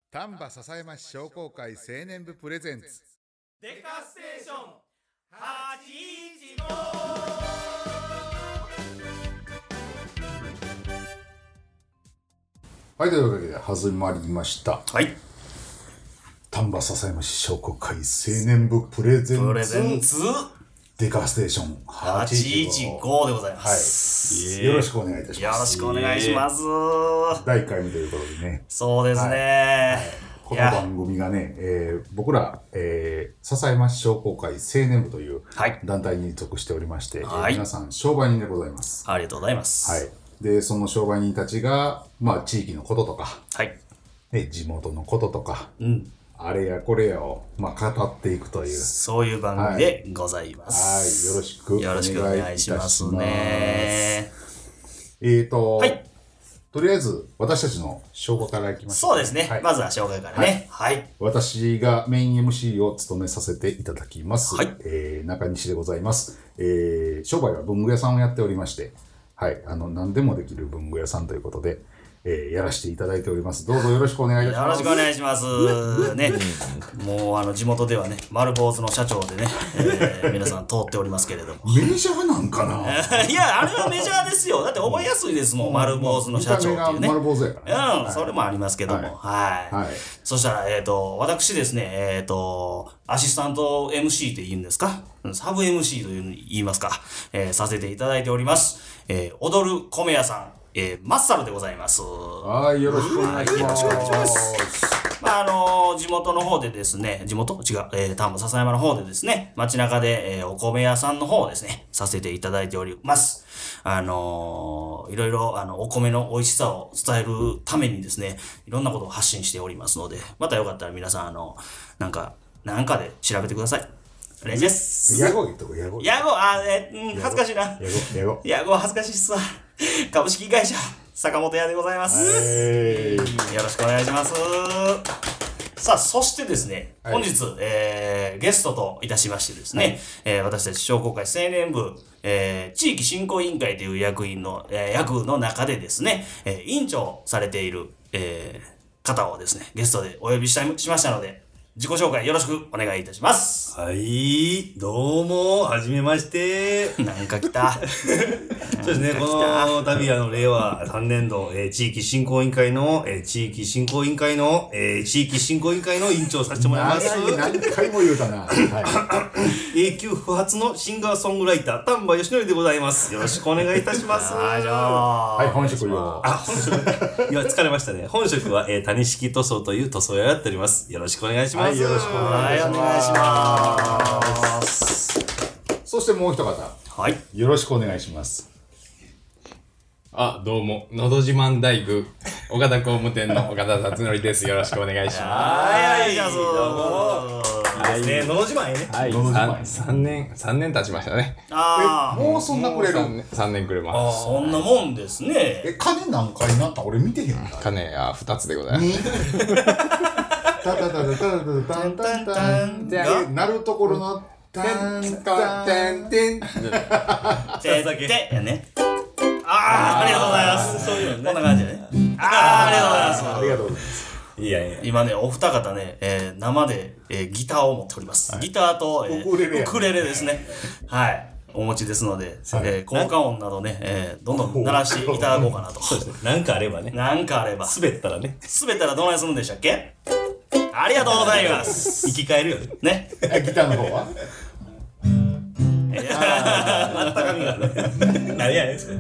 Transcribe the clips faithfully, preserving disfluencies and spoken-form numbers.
丹波篠山市商工会青年部プレゼンツデカステーションはちいちご。 はい、というわけで始まりました。 はい。 丹波篠山市商工会青年部プレゼンツプレゼンツデカステーションはちいちごでございます。 はい。よろしくお願いいたします。 よろしくお願いします。 だいいっかいめということでね。 そうですね。はいはい、 この番組がね、えー、僕ら、えー、篠山市商工会青年部という団体に属しておりまして、はい、皆さん商売人でございます。 ありがとうございます。 はい。で、その商売人たちが、まあ、地域のこととか、 はい。 ね、地元のこととか、 うん。あれやこれやを、まあ、語っていくという。 そういう番組でございます。 はい。はい、よろしくお願いいたします。よろしくお願いしますね。えーと、はい。とりあえず、私たちの紹介からいきましょう。 そうですね。はい、まずは紹介からね。はい。はい、 私がメイン エムシー を務めさせていただきます。 はい。 えー、中西でございます。えー、商売は文具屋さんをやっておりまして、はい。あの、何でもできる文具屋さんということで、えー、やらせていただいております。どうぞよろしくお願いいたします。 よろしくお願いします。ね。もう、あの、地元ではね、丸坊主の社長でね、えー、皆さん通っておりますけれども。 メジャーなんかないや、あれはメジャーですよ。だって覚えやすいですもん、丸坊主の社長っていうね。 丸坊主やから、 ね。うん、はい、それもありますけども。はい。はい。はい、そしたら、えっ、ー、と、私ですね、えっ、ー、と、アシスタント エムシー って言うんですか？サブ エムシー という言いますか、えー、させていただいております。えー、踊る米屋さん。えー、マッサルでございます。 はい、よろしくお願いします。よろしくお願いします。 まあ、あのー、地元の方でですね、地元違う、えー、丹波篠山の方でですね、街中で、えー、お米屋さんの方をですね、させていただいております。あのー、いろいろ、あの、お米の美味しさを伝えるためにですね、いろんなことを発信しておりますので、またよかったら皆さん、あの、なんか、なんかで調べてください。お願いします。 ヤゴ言っとこ、ヤゴ。 ヤゴ、あ、えー、うん、恥ずかしいな。 ヤゴ、ヤゴ。 ヤゴは恥ずかしいっすわ。株式会社坂本屋でございます。よろしくお願いします。さあ、そしてですね、はい、本日、えー、ゲストといたしましてですね、はい、えー、私たち商工会青年部、えー、地域振興委員会という役員の、えー、役の中でですね、えー、委員長されている、えー、方をですね、ゲストでお呼びしたしましたので、自己紹介よろしくお願いいたします。 はい、どうも、はじめまして。 なんか来た。 そうですね、この度あの、令和さんねん度、えー、地域振興委員会の、えー、地域振興委員会の、えー、地域振興委員会の委員長をさせてもらいます。 何回も言うたな。はい、永久不発のシンガーソングライター、丹波義則でございます。よろしくお願いいたします。 はい、じゃあ。 はい、本職よ。 あ、本職。いや、疲れましたね。本職は、えー、谷敷塗装という塗装屋をやっております。よろしくお願いします。 はい、よろしくお願いします。はい、お願いします。そしてもう一方。 はい。 よろしくお願いします。 あ、どうも、のど自慢大工、岡田工務店の岡田達則です。よろしくお願いします。 はい、じゃあ、そう。 ですね、のど自慢ね。 はい、のど自慢。さんねん、さんねん経ちましたね。 ああ。もうそんなくれる ?さんねんくれます。 そんなもんですね。 え、金何回なった俺見てへんか金はふたつでございます。 タタタタタタタンタンタンってなるところのタンタンタンテンてってやね。ああ、ありがとうございます。そういうのね。こんな感じでね。ああ、ありがとうございます。 ありがとうございます。 いやいや。 今ね、お二方ね、えー、生で、えー、ギターを持っております。はい、ギターと、えー、ウクレレ、ウクレレですね。はい。お持ちですので、はい、えー、効果音などね、えー、どんどん鳴らしていただこうかなと。 そうですね。なんかあればね。 なんかあれば。 滑ったらね。 滑ったらどないするんでしたっけ？ありがとうございます。 生き返るよね。 ね。 ギターの方は全く髪がね。何やねんそれ。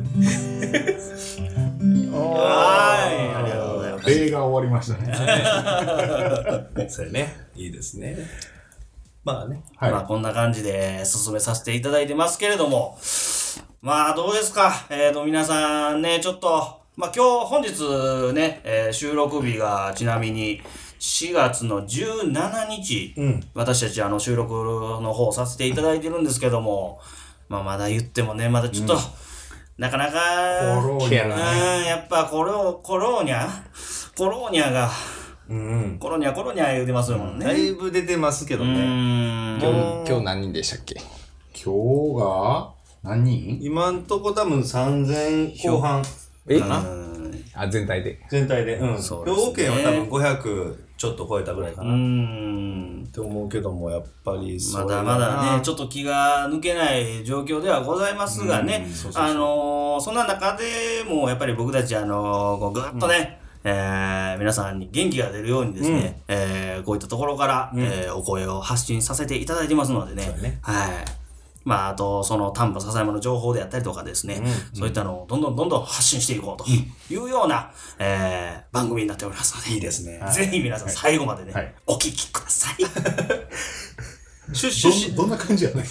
はい、ありがとうございます。 例が終わりましたね。それね、いいですね。まあね。 はい、まあこんな感じで進めさせていただいてますけれども、まあどうですか、えーと皆さんね、ちょっと、まあ今日、本日ね、えー、収録日がちなみにしがつのじゅうしちにち、うん、私たちあの収録の方させていただいてるんですけども、まあまだ言ってもね、まだちょっと、うん、なかなか、 コローニャね、やっぱコロ、コローニャコローニャが、うん、コロニャコロニャ言うてますもんね。 だいぶ出てますけどね。 今日、今日何人でしたっけ？ 今日が何人？ 今んとこ多分さんぜんこう半かな。 あ、全体で。 全体で。うん。兵庫県は多分ごひゃくちょっと超えたぐらいかうな。 ん。 って思うけども、やっぱりまだまだね、ちょっと気が抜けない状況ではございますがね、あのー、そんな中でもやっぱり僕たち、あのー、こうぐっとね、うん、えー、皆さんに元気が出るようにですね、うん、えー、こういったところから、うん、えー、お声を発信させていただいてますのでね、ね、はい。まあ、あと、その丹波篠山の情報であったりとかですね、うん、そういったのをどんどんどんどん発信していこうというような、うん、えー、番組になっておりますので、 いいですね。 ぜひ皆さん最後までね、はい、お聞きください。 シュッシュッシュッどんな感じやね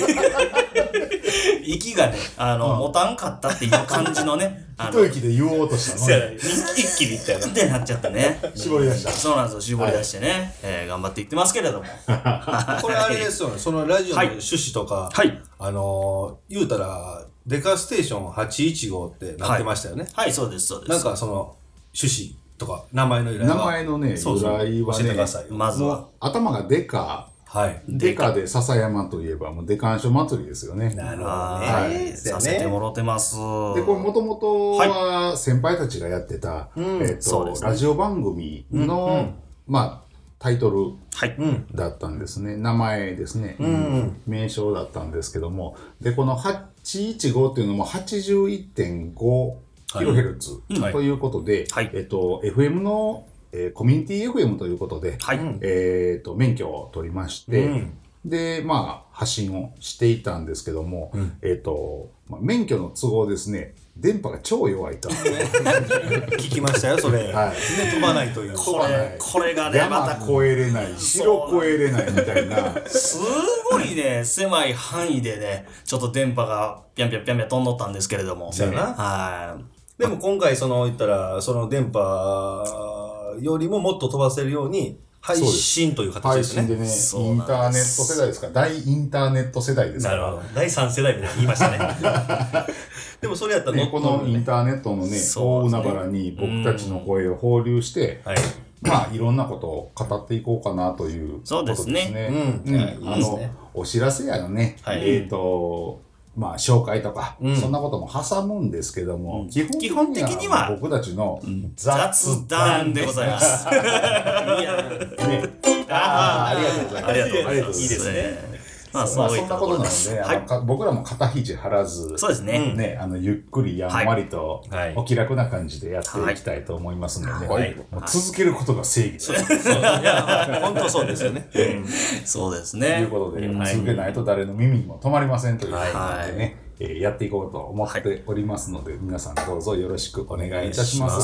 息がね、あの、持たんかったっていう感じのね、 一息で言おうとしたのね。 一気にいったよな。ってなっちゃったね。 絞り出した。 そうなんですよ、絞り出してね、えー、頑張っていってますけれども。 これあれですよね、そのラジオの趣旨とか、はい、あのー、言うたら、デカステーションはちいちごってなってましたよね。 はい、はい、そうです、そうです。 なんかその、趣旨とか、名前の由来は。 名前のね、由来はね、 まずは。 頭がデカ。はい。デカで笹山といえば、もうデカンショ祭りですよね。 なるほどね。はい。させてもろてます。で、 これもともとは先輩たちがやってた、えっと、ラジオ番組の、まあ、タイトルだったんですね。名前ですね。名称だったんですけども。で、このはちいちごっていうのも はちじゅういってんごキロヘルツ ということで、えっと、エフエム のえー、コミュニティ エフエム ということで、はい、えっと、免許を取りまして、うん、で、まあ、発信をしていたんですけども、うん、えっと、まあ、免許の都合ですね、電波が超弱いと。 聞きましたよ、それ。はい。飛ばないという。 これ、これがね、 山越えれない、城越えれないみたいな。 すごいね、狭い範囲でね、ちょっと電波がぴゃんぴゃんぴゃんぴゃん飛んどったんですけれども。 そうやな。はい。でも今回、その、言ったら、その電波、よりももっと飛ばせるように配信という形ですね。 配信でね、インターネット世代ですか。大インターネット世代ですから。 なるほど。だいさん世代みたいに言いましたね。でもそれやったら、 ね、このインターネットのね、大海原に僕たちの声を放流して、はい、まあいろんなことを語っていこうかなということですね。そうですね。うん。うん、あの、お知らせやのね、はい、えっと、まあ、紹介とか、うん、そんなことも挟むんですけども、うん、基本基本的には僕たちの雑談でございます。いや、 ね、ああ、ありがとうございます。 ありがとうございます。いいですね。まあ、そういったところなので、 はい、あの僕らも肩肘張らず、 そうですね。 ね、あの、ゆっくりやんわりと、はい、お気楽な感じでやっていきたいと思いますので、ね、はい、もう続けることが正義です。 いや、本当そうですよね。 うん、そうですね。 ということで、はい、続けないと誰の耳にも止まりませんということでね、はいえー、やっていこうと思っておりますので、はい、皆さんどうぞよろしくお願いいたします。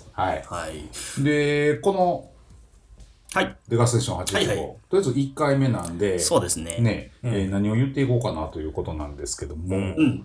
はい。はい。で、この、はい。デカステーションはちじゅうご、はいはい、とりあえずいっかいめなんで、 そうですね。 ね、うん、えー、何を言っていこうかなということなんですけども、うん、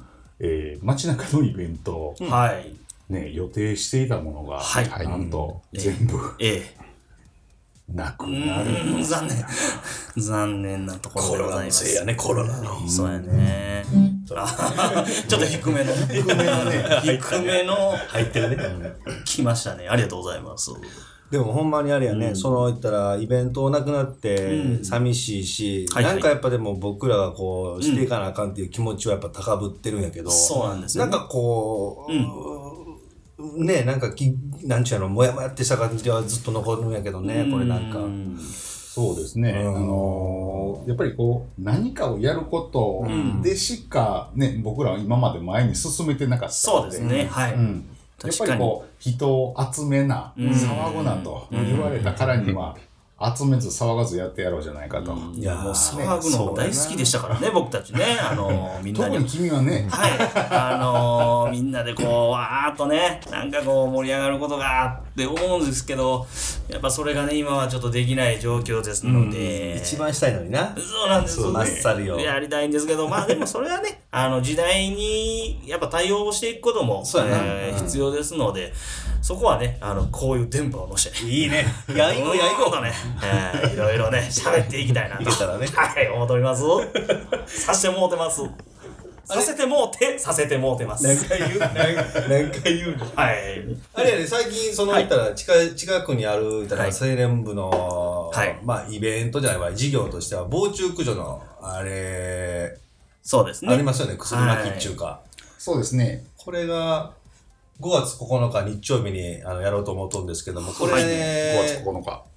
えー、街中のイベント、うん、はい。ね、予定していたものが、はい、なんと、全部、ええー、なくなる。 残念。残念なところでございます。 コロナのせいやね、コロナの。 そうやね。ちょっと低めの、 低めのね、 低めの、 入ってるね。 来ましたね。ありがとうございます。 でもほんまにあれやね、うん、その言ったらイベントなくなって寂しいし、うんはいはい、なんかやっぱでも僕らがこうしていかなあかんっていう気持ちはやっぱ高ぶってるんやけど、うん、 そうなんですね。 なんかこう、うん、ね、なんかき、なんちゅうの、もやもやってした感じではずっと残るんやけどね、これなんか。 そうですね。うん、あのー、やっぱりこう、何かをやることでしかね、うん、僕らは今まで前に進めてなかったので。 そうですね。はい。うんやっぱりこう、人を集めな、騒ぐなと言われたからには、集めず騒がずやってやろうじゃないかと。 いや、もう騒ぐのも大好きでしたからね、僕たちね。あのー、みんなで。 特に君はね。 はい。あのー、みんなでこう、わーっとね、なんかこう盛り上がることがって思うんですけど、やっぱそれがね、今はちょっとできない状況ですので。 一番したいのにな。 そうなんですよね。 まっさりを。 やりたいんですけど、まあでもそれはね、あの、時代にやっぱ対応していくことも、 そうやな、 えー、必要ですので、そこはね、あの、こういう電波を乗せてね。 いいね。やいこやいこだね。 えー、いろいろね、喋っていきたいなと。 いけたらね。 はい、思っております。させてもうてます。させてもうて、させてもうてます。 何回言う何回言うのはい。 あれやね、最近、その、言ったら、近、近くにある、言ったら、青年部の、はい、まあ、イベントじゃないわ、事業としては、防虫駆除の、あれ、 そうですね。 ありますよね、薬巻きっていうか、はい。 そうですね。 これが、ごがつここのか日曜日にあのやろうと思うとんですけども、これ、 はい、ごがつここのか。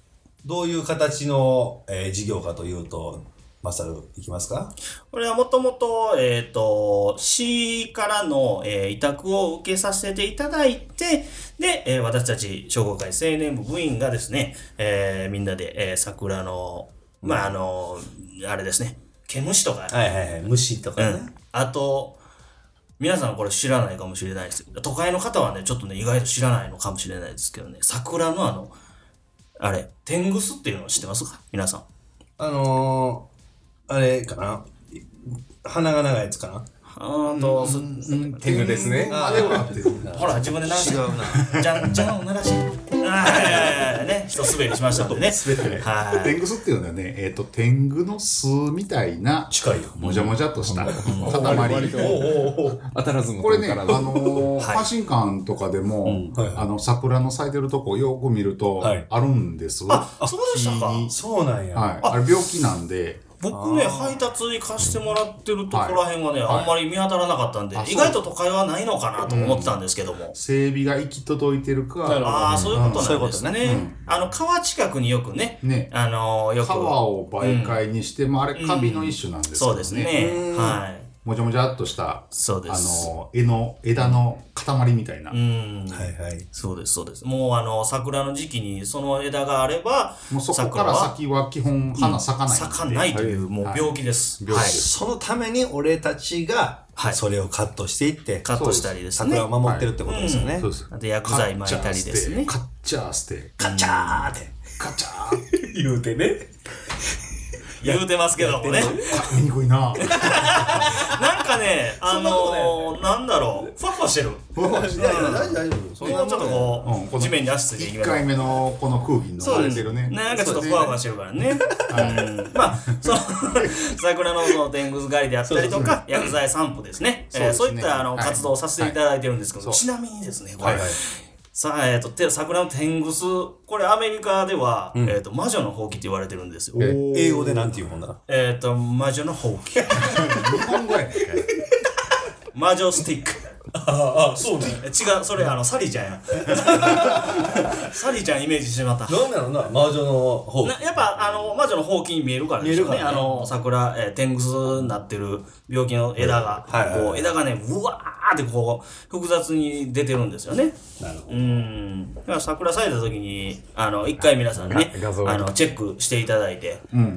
どういう形の、えー、事業かというと、マサルいきますか？ これはもともと、えっと、市からの、えー、委託を受けさせていただいて、で、えー、私たち商工会青年部部員がですね、えー、みんなで、えー、桜の、まあ、あの、あれですね、毛虫とか、 はいはいはい、虫とかね。 うん、あと、皆さんこれ知らないかもしれないですけど、都会の方はね、ちょっとね、意外と知らないのかもしれないですけどね、桜のあの、あれ、天ぐすっていうのを知ってますか皆さん。 あのー、あれかな鼻が長いやつかなあーと、 天狗ですね。 あ、でもなってる。 ほら、自分で鳴らして。 違うな。 じゃん、じゃんを鳴らして。ああ、ね、一滑りしましたんでね。 滑ってね。 はい。 天狗巣っていうのはね、えっと、天狗の巣みたいな、 近いよ。 もじゃもじゃっとした塊。 当たらずのこれね、あからのー、阪神館とかでも、あの、桜の咲いてるとこよく見ると、あるんです。 あ、そうでしたか。 そうなんや。 はい。あれ病気なんで、 僕ね、配達に貸してもらってるとこら辺はね、あんまり見当たらなかったんで、意外と都会はないのかなと思ってたんですけども。 整備が行き届いてるか、 ああ、そういうことなんですね。あの、川近くによくね、あの、よく。 川を媒介にしても、あれ、カビの一種なんですよね。 そうですね。はい。 もじゃもじゃっとした、 そうです。 あの、枝の、枝の塊みたいな。 うん。 はいはい。 そうです、そうです。もうあの、桜の時期にその枝があれば、 もうそこから先は基本花咲かない。 咲かないという、もう病気です。 病気です。 そのために俺たちが、それをカットしていって、 カットしたりですね。 桜を守ってるってことですよね。 そうです。 で、薬剤撒いたりですね。 カッチャーして、 カッチャーって、 カッチャー言うてね。 言うてますけどもね。 見にくいな。 なんかね、あのー、なんだろう、ふわふわしてる。 ふわふわしてる。 大丈夫、大丈夫。 もうちょっとこう、地面に足ついていきます。いっかいめのこの空気の割れてるね。 なんかちょっとふわふわしてるからね。まあ、その、桜のその天狗狩りであったりとか、薬剤散布ですね。そういったあの活動をさせていただいてるんですけど、ちなみにですね、これ。さあ、えっと、桜の天狗巣、これアメリカでは、うん、えっと、魔女のほうきって言われてるんですよ。 英語でなんて言うもんだえっと、魔女のほうき。 日本語やねんかい。 魔女スティック。 ああ、そうね。 違う、それあの、サリーちゃんや。サリーちゃんイメージしてまった。 なんだろうな、魔女のほうき。 やっぱ、あの、魔女のほうきに見えるからですよね。あの、桜、えー、天狗巣になってる病気の枝が、こう、枝がね、うわーってこう、複雑に出てるんですよね。 なるほど。 うん。だから桜咲いた時に、あの、一回皆さんね、あの、チェックしていただいて。うん。うん。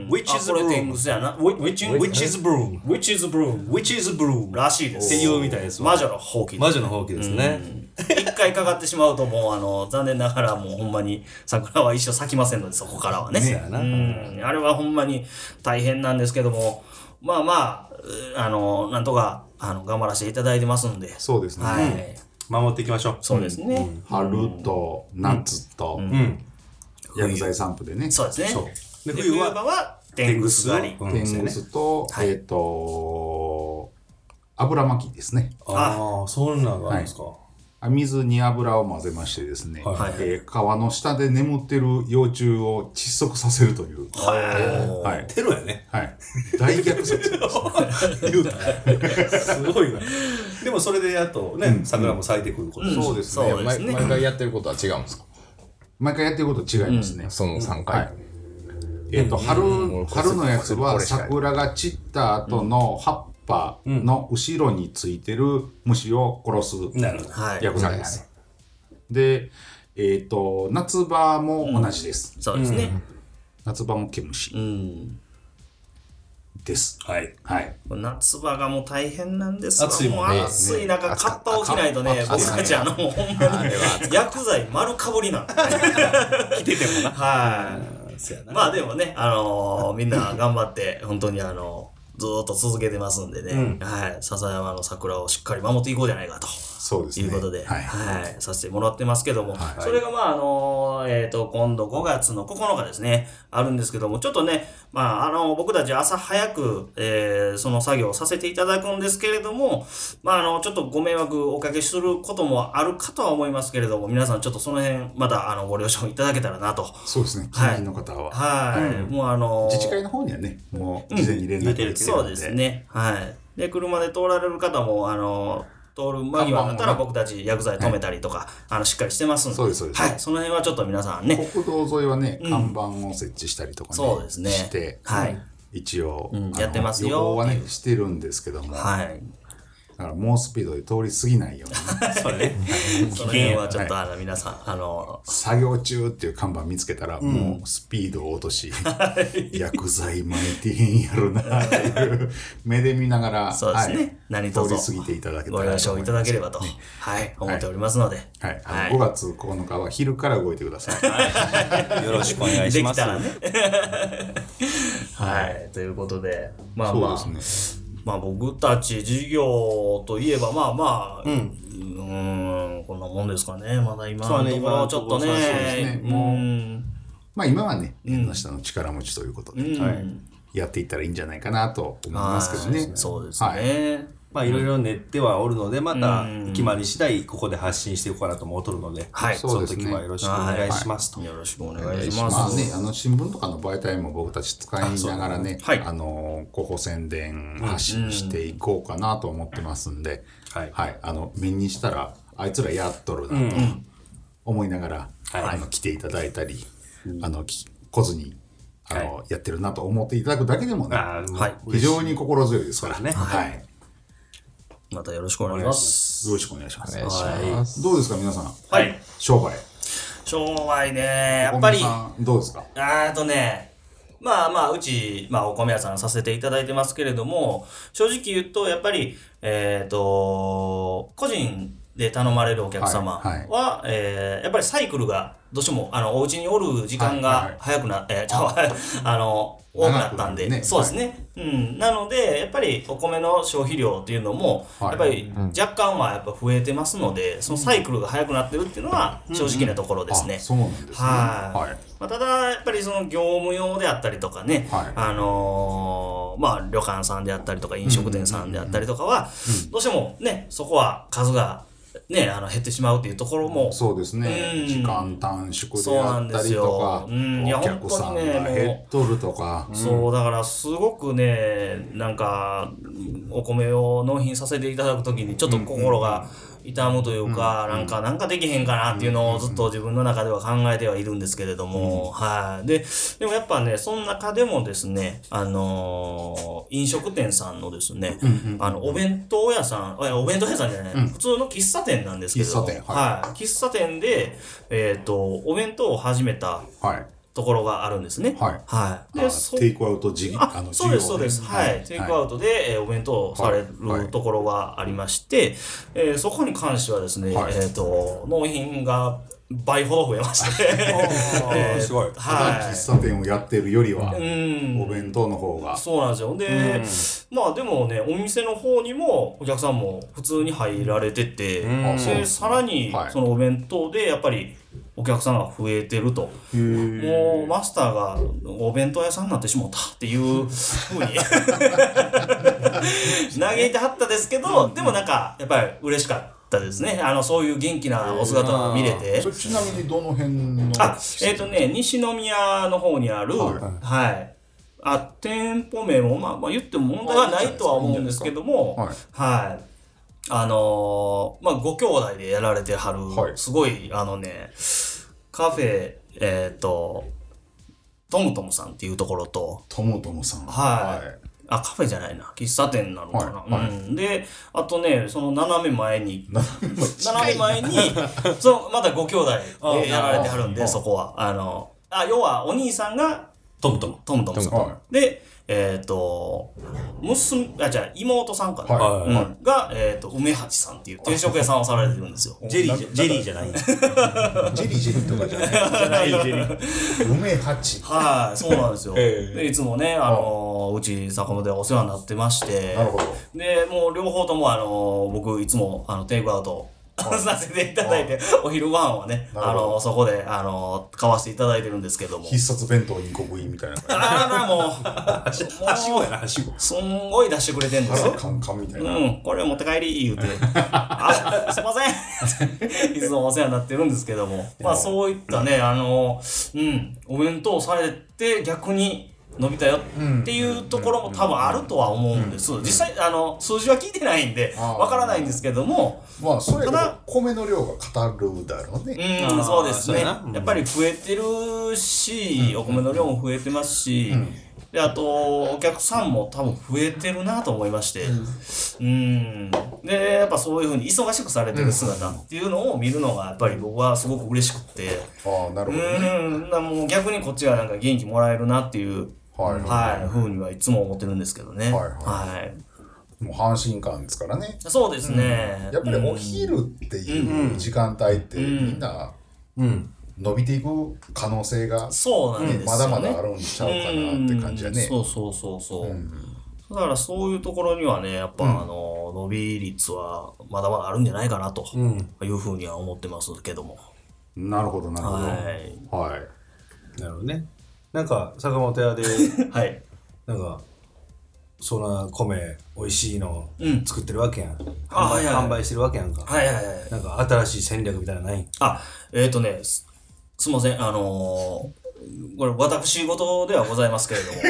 Which is これ天狗巣やな。 Which is broom? Which is broom? Which is broom? らしいです。 っていうみたいですわ。 魔女のほうき。 魔女のほうきですね。 一回かかってしまうともう、あの、残念ながらもうほんまに桜は一生咲きませんので、そこからはね。うん。あれはほんまに大変なんですけども、まあまあ、あの、なんとか、あの、頑張らせていただいてますんで。 そうですね。 はい。 守っていきましょう。 そうですね。 春と夏と、薬剤散布でね。 そうですね。 で、 冬は天狗巣狩り。 天狗巣と、えっと、油巻きですね。 ああ、そんなのがあるんですか。 水に油を混ぜましてですね、えー、川の下で眠ってる幼虫を窒息させるという。 はい。テロやね。 はい。大虐殺。 言うた。すごいな。でもそれでやっとね、桜も咲いてくること。 そうですね。 毎回やってることは違うんですか？ 毎回やってることは違いますね。 そのさんかい。 えっと、春、春のやつは桜が散った後の葉っぱ葉の後ろについてる虫を殺す薬剤です。で、えっと、夏場も同じです。 そうですね。 夏場も毛虫です。 はい。 はい。 夏場がもう大変なんです。 暑いもんね。 暑い中、カッパ起きないとね、僕たちあの、もうほんまに薬剤丸かぶりなんで。 着ててもな。 はい。まあでもね、あの、みんな頑張って、本当にあの、ずーっと続けてますんでね、うん、はい、笹山の桜をしっかり守っていこうじゃないかと。 そうですね。 いうことで、 はい、 はい、させてもらってますけども、はい、それがまあ、あの、えっと、今度ごがつのここのかですね、あるんですけども、ちょっとね、まあ、あの、僕たち朝早く、えー、その作業をさせていただくんですけれども、まあ、あの、ちょっとご迷惑おかけすることもあるかとは思いますけれども、皆さんちょっとその辺、また、あの、ご了承いただけたらなと。 そうですね、近隣の方は。 はい。はいうん、もうあのー、自治会の方にはね、もう事前に連絡ができるので、 そうですね。はい。で、車で通られる方も、あの、 通る間際だったら僕たち薬剤止めたりとか、あのしっかりしてますんで、 そうですそうです、 はい、その辺はちょっと皆さんね、 国道沿いはね、看板を設置したりとかね、 そうですね、 して、 はい、 一応、 うん、やってますよ。 予防はねしてるんですけども、 はい。 だから猛スピードで通り過ぎないように、ね、 そうね。その辺はちょっとあの皆さん、あの作業中っていう看板見つけたら、もうスピードを落とし、薬剤巻いてへんやろなっていう目で見ながら、 そうですね。何卒通り過ぎていただけたらご了承いただければと、はい、思っておりますので、 はい。あのごがつここのかは昼から動いてください。 よろしくお願いします。 できたらね。はい、ということで、まあまあ。そうですね。まあ僕たち事業といえばまあまあ、うん、うーん、こんなもんですかね。まだ今のところちょっとね。そうですね。もう、 まあ今はね、縁の下の力持ちということで、うん、はい、やっていったらいいんじゃないかなと思いますけどね。 そうですね。はい、 まあいろいろ練ってはおるので、また決まり次第ここで発信していこうかなと思うとるので、はい、その時はよろしくお願いしますと。 よろしくお願いします。 まあね、あの新聞とかの媒体も僕たち使いながらね、あ、はい、あの広報宣伝発信していこうかなと思ってますんで、はい、はい、あの目にしたらあいつらやっとるなと思いながら、うん、あの来ていただいたり、うん、あの来ずに。あの、はい、やってるなと思っていただくだけでもね、はい、非常に心強いですからね。はい。 またよろしくお願いします。 よろしくお願いします。はい。どうですか皆さん。 はい。 商売。 商売ね、やっぱり。 どうですか。 あとね、まあまあうち、まあお米屋さんさせていただいてますけれども、正直言うとやっぱりえっと個人で頼まれるお客様は、はいはい、えー、やっぱりサイクルがどうしてもあのお家におる時間が早くな、はいはい、えー、ちょあの多くなったんで、ね、そうですね、はい、うん、なのでやっぱりお米の消費量っていうのも、はい、やっぱり若干はやっぱ増えてますので、そのサイクルが早くなってるっていうのは正直なところですね。 うんうん、そうなんですね。はい。 はい、まあ、ただやっぱりその業務用であったりとかね、はい、あのー、まあ旅館さんであったりとか飲食店さんであったりとかは、うん、どうしてもねそこは数がね、あの減ってしまうっていうところもそうですね、うん、時間短縮であったりとか、うん、お客さんが減っとるとか、 うん、そうだからすごくねなんかお米を納品させていただくときにちょっと心が痛むというか、うん、なんかなんかできへんかなっていうのをずっと自分の中では考えてはいるんですけれども、うん、はい。で、でもやっぱね、その中でもですね、あのー、飲食店さんのですね、うんうん、あの、お弁当屋さん、お弁当屋さんじゃない、うん、普通の喫茶店なんですけど、 喫茶店、 はい。はい、喫茶店で、えっと、お弁当を始めた、はい。ところがあるんですね。 はい。はい。で、テイクアウト事業、 あの、そうです、そうです。はい。テイクアウトで、えー、お弁当をされるところがありまして、えー、そこに関してはですね、はい、えっと、納品が倍ほど増えまして。 えー、すごい。はい。喫茶店をやってるよりは、うん、お弁当の方が。 そうなんですよ。で、うん、まあでもね、お店の方にもお客さんも普通に入られてて、うん、で、さらに、そのお弁当でやっぱり、お客さんが増えてると。もうマスターがお弁当屋さんになってしもったっていうふうに嘆いてはったですけど、でもなんかやっぱり嬉しかったですね。あのそういう元気なお姿が見れて。 それちなみにどの辺の？ あ、えっとね、西宮の方にある、はい、はい。あ、店舗名もまあまあ言っても問題はないとは思うんですけども、はい。はい。あのー、まあ、ご兄弟でやられてはる、はい、すごい、あのね、カフェ、えっ、ー、と、トムトムさんっていうところと、 トムトムさん。 はい。はい、あ、カフェじゃないな。喫茶店なのかな。はいはい、うん。で、あとね、その斜め前に、斜め前に、その、まだご兄弟でやられてはるんで、そこは。あの、あ、要は、お兄さんが、 トムトム。 トムトムさん。はい、で、えっ、ー、と、娘、あ、じゃあ妹さんかな、はいうんはい、が、えっ、ー、と、梅八さんっていう定食屋さんをされてるんですよ。 ジェリーじゃ、ジェリーじゃない。ジェリージェリーとかじゃない。じゃないジェリー。梅八。 はい、そうなんですよ。でいつもね、あのー、うち坂本でお世話になってまして、なるほど。で、もう両方ともあのー、僕いつもあのテイクアウト、させていただいて、お昼ご飯はね、あの、そこで、あの、買わせていただいてるんですけども。 必殺弁当に刻印みたいな。 ああ、もう、 はしごやな、はしご。 すんごい出してくれてんですよ。 カンカンみたいな。 うん、これ持って帰り、言うて。あ、すいません。いつもお世話になってるんですけども。まあ、そういったね、あの、うん、お弁当されて、逆に、 伸びたよっていうところも多分あるとは思うんです。実際あの数字は聞いてないんでわからないんですけども、 まあそれが米の量が語るだろうね。 うん、そうですね。やっぱり増えてるし、お米の量も増えてますし、であとお客さんも多分増えてるなと思いまして、うん、でやっぱそういう風に忙しくされてる姿っていうのを見るのがやっぱり僕はすごく嬉しくって、 ああなるほどね。 うん、もう逆にこっちがなんか元気もらえるなっていう。はい、はい、ふうにはいつも思ってるんですけどね。はい、はいはい、 もう阪神間ですからね。 そうですね。 うん、やっぱりお昼っていう時間帯ってみんな伸びていく可能性がまだまだあるんちゃうかなって感じだね。 そうそうそうそう。うん、だからそういうところにはね、やっぱ、うん、あの伸び率はまだまだあるんじゃないかなというふうには思ってますけども。 うん、なるほどなるほど。はい。 はい、なるほどね。なんか坂本屋で、はい、なんかそんな米美味しいの作ってるわけやん、うん、販売、はいはい、販売してるわけやんか、はいはいはい、なんか新しい戦略みたいなのない？ あ、えっ、ー、とね す, すみませんあのーこれ私事ではございますけれども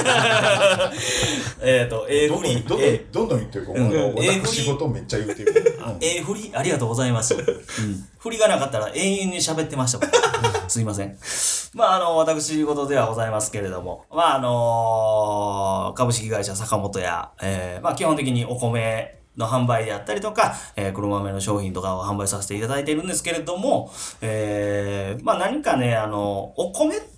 えっと英振りどんどんどんどん言ってるか、うん、私事めっちゃ言うてる英振りありがとうございます、うん、振りがなかったら永遠に喋ってましたすいません。まああの私事ではございますけれども、まああのー、株式会社坂本屋、えー、まあ基本的にお米の販売であったりとか、えー、黒豆の商品とかを販売させていただいているんですけれども、えー、まあ何かね、あの、お米って、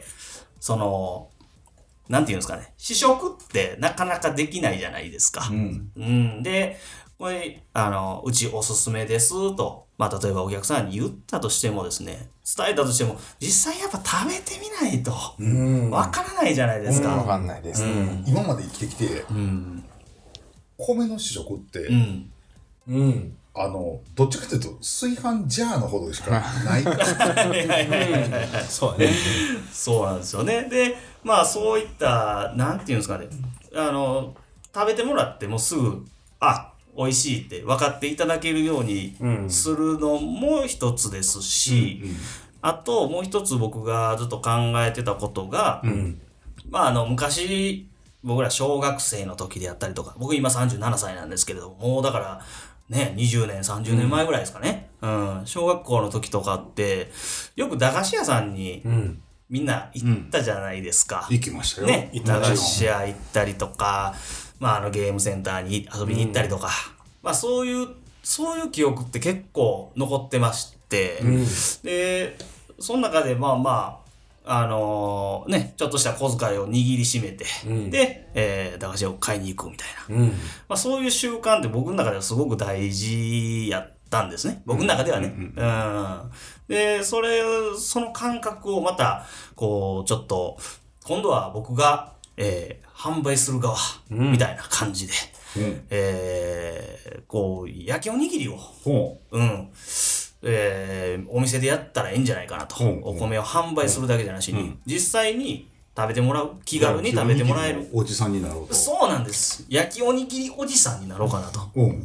その、なんていうんですかね、試食ってなかなかできないじゃないですか。うん。うん、で、これ、あの、うちおすすめですと、まあ例えばお客さんに言ったとしてもですね、伝えたとしても、実際やっぱ食べてみないと、わからないじゃないですか。 わかんないですね、 うん。今まで生きてきて、うん米の試食って、うんうん、あのどっちかというと炊飯ジャーのほどしかないからそうねそうなんですよね。でまあそういったなんていうんですかね、あの食べてもらってもすぐあ美味しいって分かっていただけるようにするのも一つですし、うんうん、あともう一つ僕がずっと考えてたことが、うん、まああの昔僕ら小学生の時であったりとか、僕今さんじゅうななさいなんですけれども、もうだからね、にじゅうねん、さんじゅうねんまえぐらいですかね。うん。うん、小学校の時とかって、よく駄菓子屋さんにみんな行ったじゃないですか。 うん、行きましたよ。 ね。駄菓子屋行ったりとか、まああのゲームセンターに遊びに行ったりとか、うん、まあそういう、そういう記憶って結構残ってまして、うん、で、その中でまあまあ、あのー、ね、ちょっとした小遣いを握りしめて、うん、で、えー、駄菓子を買いに行くみたいな、うんまあ、そういう習慣って僕の中ではすごく大事やったんですね。僕の中ではね。うんうんうん、で、それ、その感覚をまた、こう、ちょっと、今度は僕が、えー、販売する側、みたいな感じで、うんえー、こう、焼きおにぎりを、うん、うんえー、お店でやったらいいんじゃないかなと、うん、お米を販売するだけじゃなしに、うん、実際に食べてもらう、気軽に食べてもらえるおじさんになろうと。 そうなんです。焼きおにぎりおじさんになろうかなと、うんうん、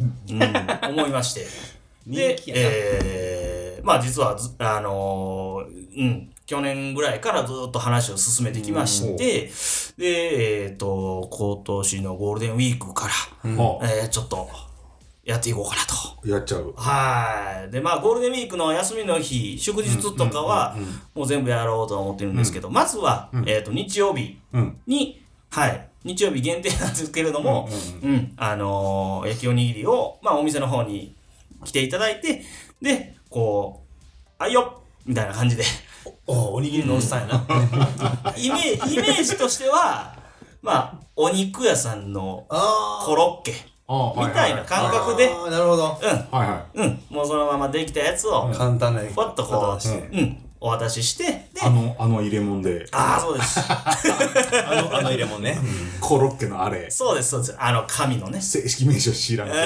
思いましてで、えー、まあ実はあのー、うん去年ぐらいからずっと話を進めてきまして、うん、でえっ、ー、と今年のゴールデンウィークから、うんえー、ちょっとやっていこうかなと。 やっちゃう。 はい。で、まあ、ゴールデンウィークの休みの日、祝日とかは、もう全部やろうと思ってるんですけど、うん、まずは、うん、えっと、日曜日に、うん、はい、日曜日限定なんですけれども、うん、うんうん、あのー、焼きおにぎりを、まあ、お店の方に来ていただいて、で、こう、あいよみたいな感じで。 お、おにぎりのおっさんやな。 イメージ、イメージとしては、まあ、お肉屋さんのコロッケ。みたいな感覚で、 なるほど。 うん。はいはい。うん。もうそのままできたやつを、 簡単なポッとこう、うん。お渡しして、で、 あの、あの入れ物で。 ああ、そうです。 あの、あの入れ物ね。 コロッケのあれ。 そうです、そうです。あの、紙のね。 正式名称知らんけど。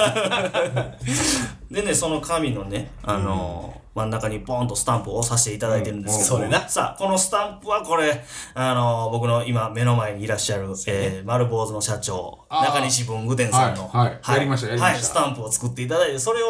でね、その紙のね、あの、真ん中にポンとスタンプを押させていただいてるんですけど、うん、それな。さあ、このスタンプはこれ、あの、僕の今目の前にいらっしゃる、えー、丸坊主の社長、中西文具店さんの、 はい、はい、やりました、やりました。はい、 スタンプを作っていただいて、それをね、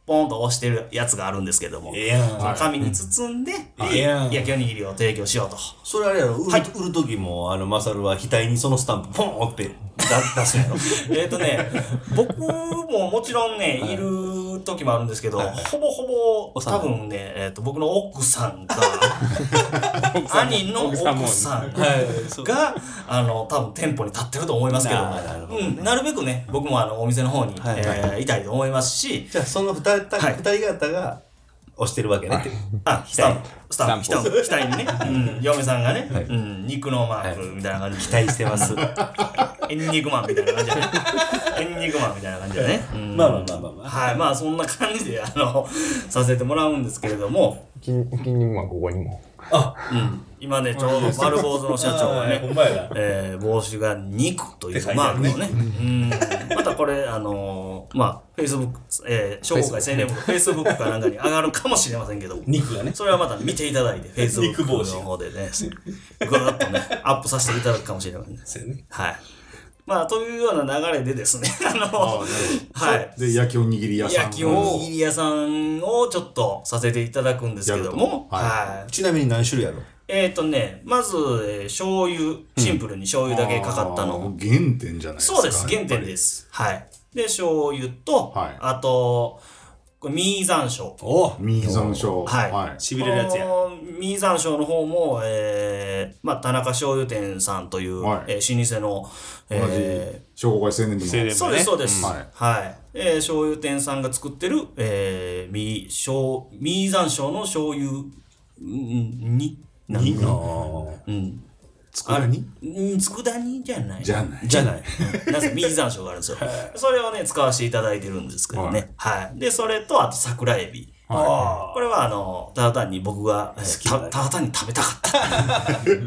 ポンと押してるやつがあるんですけども、 ええやん。 その紙に包んで、 ええやん。 焼きおにぎりを提供しようと。 それあれやろ、売る、売る時も、あの、マサルは額にそのスタンプポンって出すんやろ。 えっとね、僕ももちろんね、いる時もあるんですけど、ほぼほぼ、多分ね、えっと、僕の奥さんが、兄の奥さんが、あの、多分店舗に立ってると思いますけども、うん、なるべくね、僕もあの、お店の方に、えー、いたいと思いますし、 じゃあ、その二人、二人方が押してるわけねって。 あ、スタンプ、スタンプ、額にね、うん、嫁さんがね、うん、肉のマークみたいな感じで。 期待してます。 エンニグマンみたいな感じだね。エンニグマンみたいな感じだね。 まあまあまあまあまあ。 はい、まあそんな感じで、あの、させてもらうんですけれども。 筋肉マンここにも。 あ、うん。今ね、ちょうど丸坊主の社長がね、えー、帽子が肉というマークをね。うん。またこれ、あのー、まあ、Facebook、えー、商工会青年部の Facebook かなんかに上がるかもしれませんけど、 肉がね。 それはまた見ていただいて、Facebook の方でね、ぐーっとね、アップさせていただくかもしれませんね。はい。まあ、というような流れでですね、あの、あはい。で、焼きおにぎり屋さんを。 焼きおにぎり屋さんをちょっとさせていただくんですけども、 はい。ちなみに何種類やろ？ えっとね、まず、えー、醤油、シンプルに醤油だけかかったの。 原点じゃないですか。 そうです、原点です。はい。で、醤油と、はい、あと、これ、ミーザンショウ。 おミーザンショウ。 はい。 はい。 痺れるやつや。ミーザンショウの方も、えー、まあ、田中醤油店さんという、はい、えー、老舗の、 えー、商工会青年部の。 そうです、そうです。はい。はい。えー、醤油店さんが作ってる、えー、ミー、醤、ミーザンショウの醤油、んに、 にうん。佃煮うん、佃煮じゃない。 じゃない。 じゃない。なんか、ミーザンショウがあるんですよ。それをね、使わせていただいてるんですけどね。はい。で、それと、あと、桜エビ。これは、あの、ただ単に僕が、ただ単に食べたかった。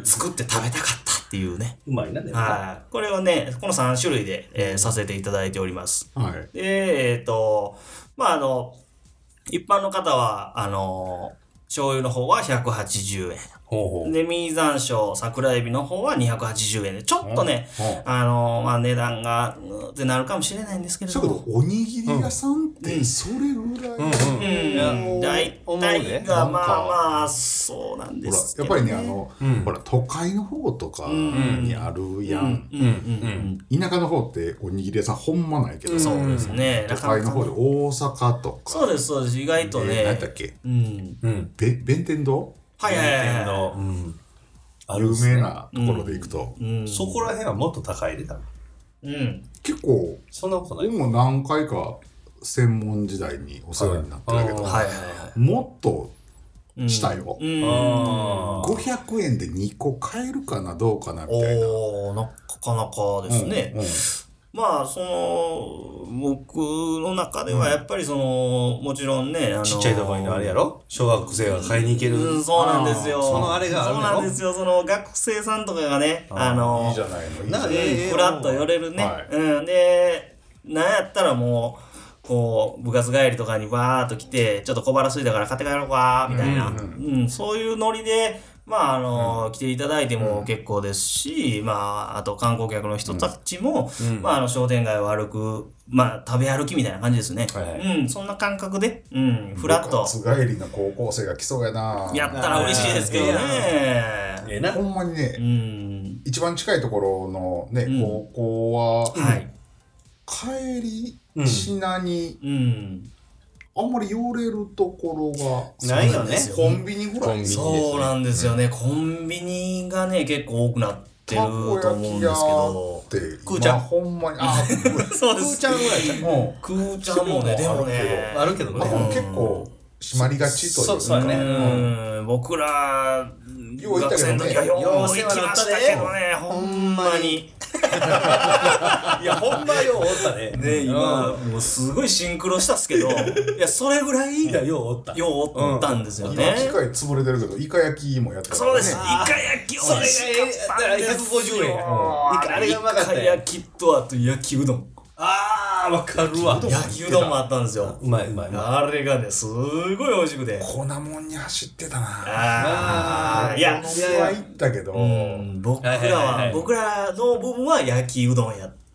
作って食べたかったっていうね。 うまいな、でも。 はい。これをね、このさん種類で、えー、させていただいております。はい。で、えっと、まあ、あの、一般の方は、あの、醤油の方はひゃくはちじゅうえん。ほうほうで、ミーザンショウ、桜エビの方はにひゃくはちじゅうえんで、ちょっとね、あの、まあ、値段が、うってなるかもしれないんですけれども。 だけど、おにぎり屋さんって、それぐらい。 うん。大体が、まあまあ、そうなんですけど、ね。 やっぱりね、あの、うん、ほら、都会の方とかにあるやん。田舎の方って、おにぎり屋さんほんまないけど、 そうですね。 都会の方で大阪とか。 そうです、そうです。意外とね。 何だっけうん。弁天堂はいはいはいはい。うん。 有名なところで行くと。 うんうん、そこら辺はもっと高いで、多分。 うん。 結構、 そんなことない。 僕も何回か専門時代にお世話になってたけど、はいはいはい、もっとしたよ。うん、ごひゃくえんでにこ買えるかな、どうかな、みたいな。 おー、なかなかですね。うんうん、まあ、その、僕の中ではやっぱりその、もちろんね、あのー、 ちっちゃいところにあれやろ小学生が買いに行ける。 うん、そうなんですよ。 そのあれがあるの。 そうなんですよ。その学生さんとかがね、あのー、 いいじゃないの、いいじゃないの。 ふらっと寄れるね。はい、うん。で、なんやったらもう、こう、部活帰りとかにバーっと来て、ちょっと小腹空いたから買って帰ろうか、みたいな。うん、うんうん、そういうノリで、まあ、あの、うん、来ていただいても結構ですし、うん、まあ、あと観光客の人たちも、うん、まあ、あの、商店街を歩く、まあ、食べ歩きみたいな感じですね。はいはい、うん、そんな感覚で、うん、ふらっと。 部活帰りの高校生が来そうやな。 やったら嬉しいですけどね。 ええな。ほんまにね、うん、一番近いところのね、うん、高校は、はい、帰り、品に、うんうんあんまり寄れるところがないよね。 コンビニぐらい。 そうなんですよね。コンビニがね、結構多くなってると思うんですけど。 クーちゃん。ほんまに。あ、 そうです。 クーちゃんぐらいじゃん。 クーちゃんもね、でもね。 あるけどね。 結構、閉まりがちというか。 そうね。僕ら、学生の時はよう行きましたけどね、ほんまに。 いや、ほんまようおったね。 ね、今、もうすごいシンクロしたっすけど、いや、それぐらい、 いや、ようおった。 ようおったんですよね。 今、機械潰れてるけど、イカ焼きもやってたそうです。イカ焼き、それがひゃくごじゅうえん。あれがうまかった。イカ焼きと、あと焼きうどん。 あー、わかるわ。 焼きうどんもあったんですよ。 うまいうまい。 あれがね、すごい美味しくて。 粉もんに走ってたな。 ああ、いや、 僕は行ったけど、 僕らは、僕らの部分は焼きうどんやっ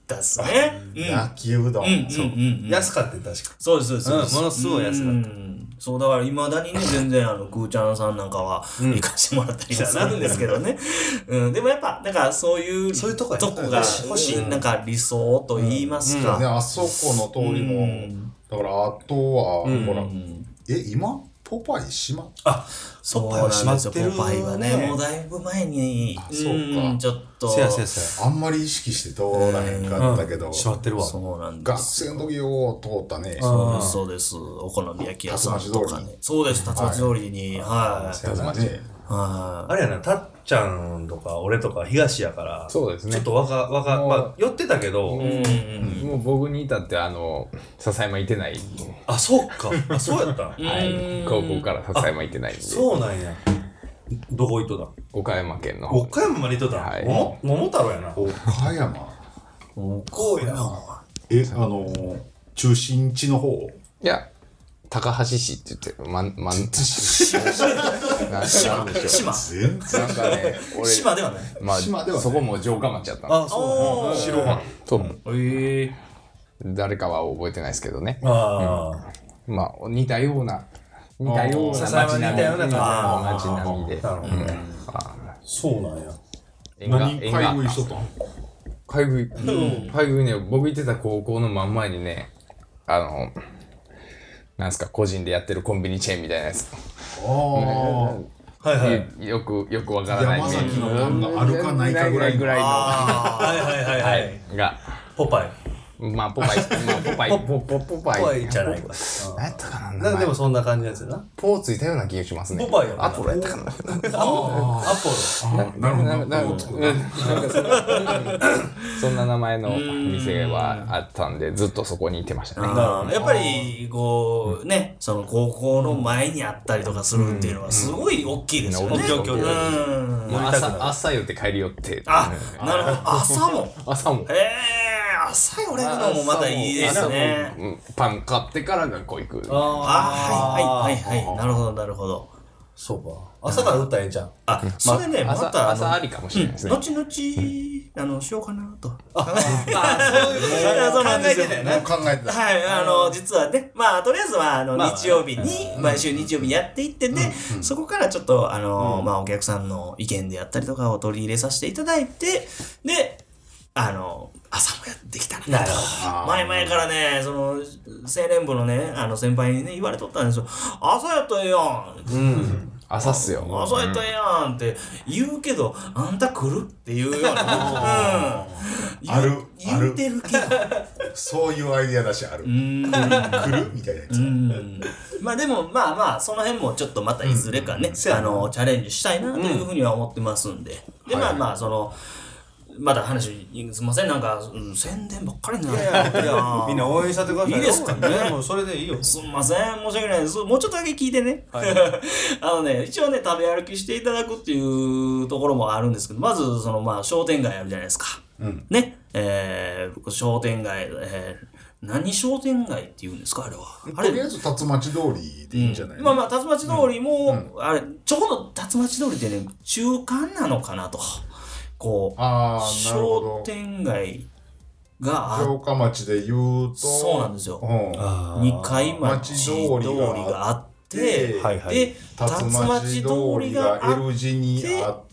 たっすね。 焼きうどん。 そう。安かった確か。 そうですそうです。 ものすごい安かった。 そう、だから未だにね、全然あの、くーちゃんさんなんかは行かしてもらったりはするんですけどね。うん、でもやっぱ、なんかそういう、 そういうとこが欲しい、なんか理想と言いますか。 あそこの通りも、だからあとは、ほら、え、今ポパイ閉まっあ、そうなんですよ、ポパイはね、もうだいぶ前に、そうか、ちょっと、 せやせやせやあんまり意識して通らへんかったけど、 閉まってるわ。 そうなんです。 学生の時を通ったね。 そうです、そうです。お好み焼き屋さんとかね。そうです、竜巻通りに、はい。 竜巻。 あれやな、たっちゃんとか俺とか東やから、 そうですね。 ちょっとわか、わか、まあ、寄ってたけど、 もう僕に至ってあの、笹山いてない。 あ、そうか。あ、そうやった。 はい。高校から笹山いてないんで。 そうなんや。どこ行っとった岡山県の方。 岡山まで行っとったはい。桃太郎やな。 岡山岡山。 え、あの、中心地の方いや、高橋市って言って、まん、まん、島島全然なんかね、俺、 島ではないまあ、 島ではないそこも城下町やったんあ、そう。 白湾。 そう。 へえ。 誰かは覚えてないですけどね。 ああ。 まあ、似たような、似たような街並み。街並みで。 なるほどね。そうなんや。 何買い食いしとったん買い食い。買い食いね、僕行ってた高校の真ん前にね、あの、なんすか、個人でやってるコンビニチェーンみたいなやつ。 ああ。 はいはい。 よく、よくわからない。 山崎のパンがあるかないかぐらいの。 ぐらいの。 はいはいはいはい。 が。 ポパイ。 まあ、ポパイ、まあ、ポパイ、ポポポパイ。 ポパイじゃないか。 何やったかな。 なんかでもそんな感じのやつやな。 ポーついたような気がしますね。 ポパイやアポロやったかな。 アポロ。 なるほど。 なんかそんな名前の店はあったんで、ずっとそこにいてましたね。 やっぱり、こう、ね、その高校の前にあったりとかするっていうのはすごい大きいですよね。 朝、朝寄って帰り寄って。 あ、なるほど。朝も。 朝も。 へえ。朝寄れるのもまたいいですね。 パン買ってから学校行く。 ああ、はいはいはいはい。なるほどなるほど。 そうか。朝から打ったらええじゃん。 あ、それね、また、 朝ありかもしれないですね。 後々、あの、しようかなと。 あ、そういうこと考えてたよね。 考えてた。 はい、あの、実はね、まあ、とりあえずは、あの、日曜日に、毎週日曜日にやっていってね、そこからちょっと、あの、まあ、お客さんの意見であったりとかを取り入れさせていただいて、で、あの、朝もやってきたなと。前々からね、その、青年部のね、あの、先輩にね、言われとったんですよ。朝やったらええやん。 うん。朝っすよ。 朝やったらええやんって言うけど、あんた来るっていうような。うん。ある。 言うてるけど。 そういうアイディアだしある。来るみたいなやつ。 まあでも、まあまあ、その辺もちょっとまたいずれかね、あの、チャレンジしたいなというふうには思ってますんで。で、まあまあ、その、まだ話、すみません、なんか、うん、宣伝ばっかりになる。いやいや、みんな応援しちゃってください。 いいですかね。 もうそれでいいよ。 すみません、申し訳ないです。もうちょっとだけ聞いてね。はい、あのね、一応ね、食べ歩きしていただくっていうところもあるんですけど、まず、その、まあ、商店街あるじゃないですか。うん、ね。えー、商店街、えー、何商店街って言うんですかあれは。あれとりあえず、竜町通りでいいんじゃない、 うん、まあまあ、竜町通りも、うん、あれ、ちょうど竜町通りってね、中間なのかなと。こう、商店街があ城下町で言うと、 そうなんですよ。うん、二階町通りがあって、はいはい、で、竜町通りが L 字にあって、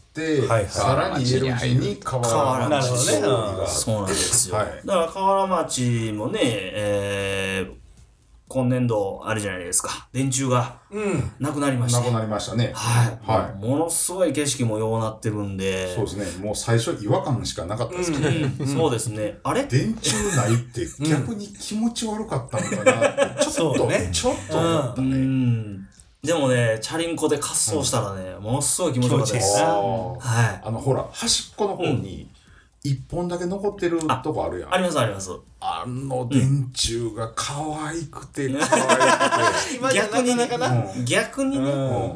はいはい、さらに L 字に河原町通りがあって、 そうなんですよ。はい、だから河原町もね、えー、今年度あれじゃないですか、電柱がなくなりました、 ね、うん、なくなりましたね。 はい、はい、ものすごい景色もようなってるんで、 そうですね。もう最初違和感しかなかったですけど、ね、 うん、そうですね。あれ電柱ないって逆に気持ち悪かったのかなってちょっと、ね、ちょっと思ったね。うん、 でもね、チャリンコで滑走したらね、うん、ものすごい気持ちよかったですね。はい。 あのほら端っこの方に、うん一本だけ残ってるとこあるやん。 ありますあります。 あの電柱が可愛くて可愛くて。 逆にね。逆にね。うん。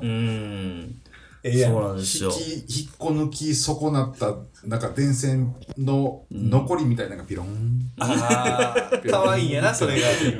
そうなんですよ。 引っこ抜き損なった、なんか電線の残りみたいなのがピロン。 ああ、可愛いんやな、それが。うん。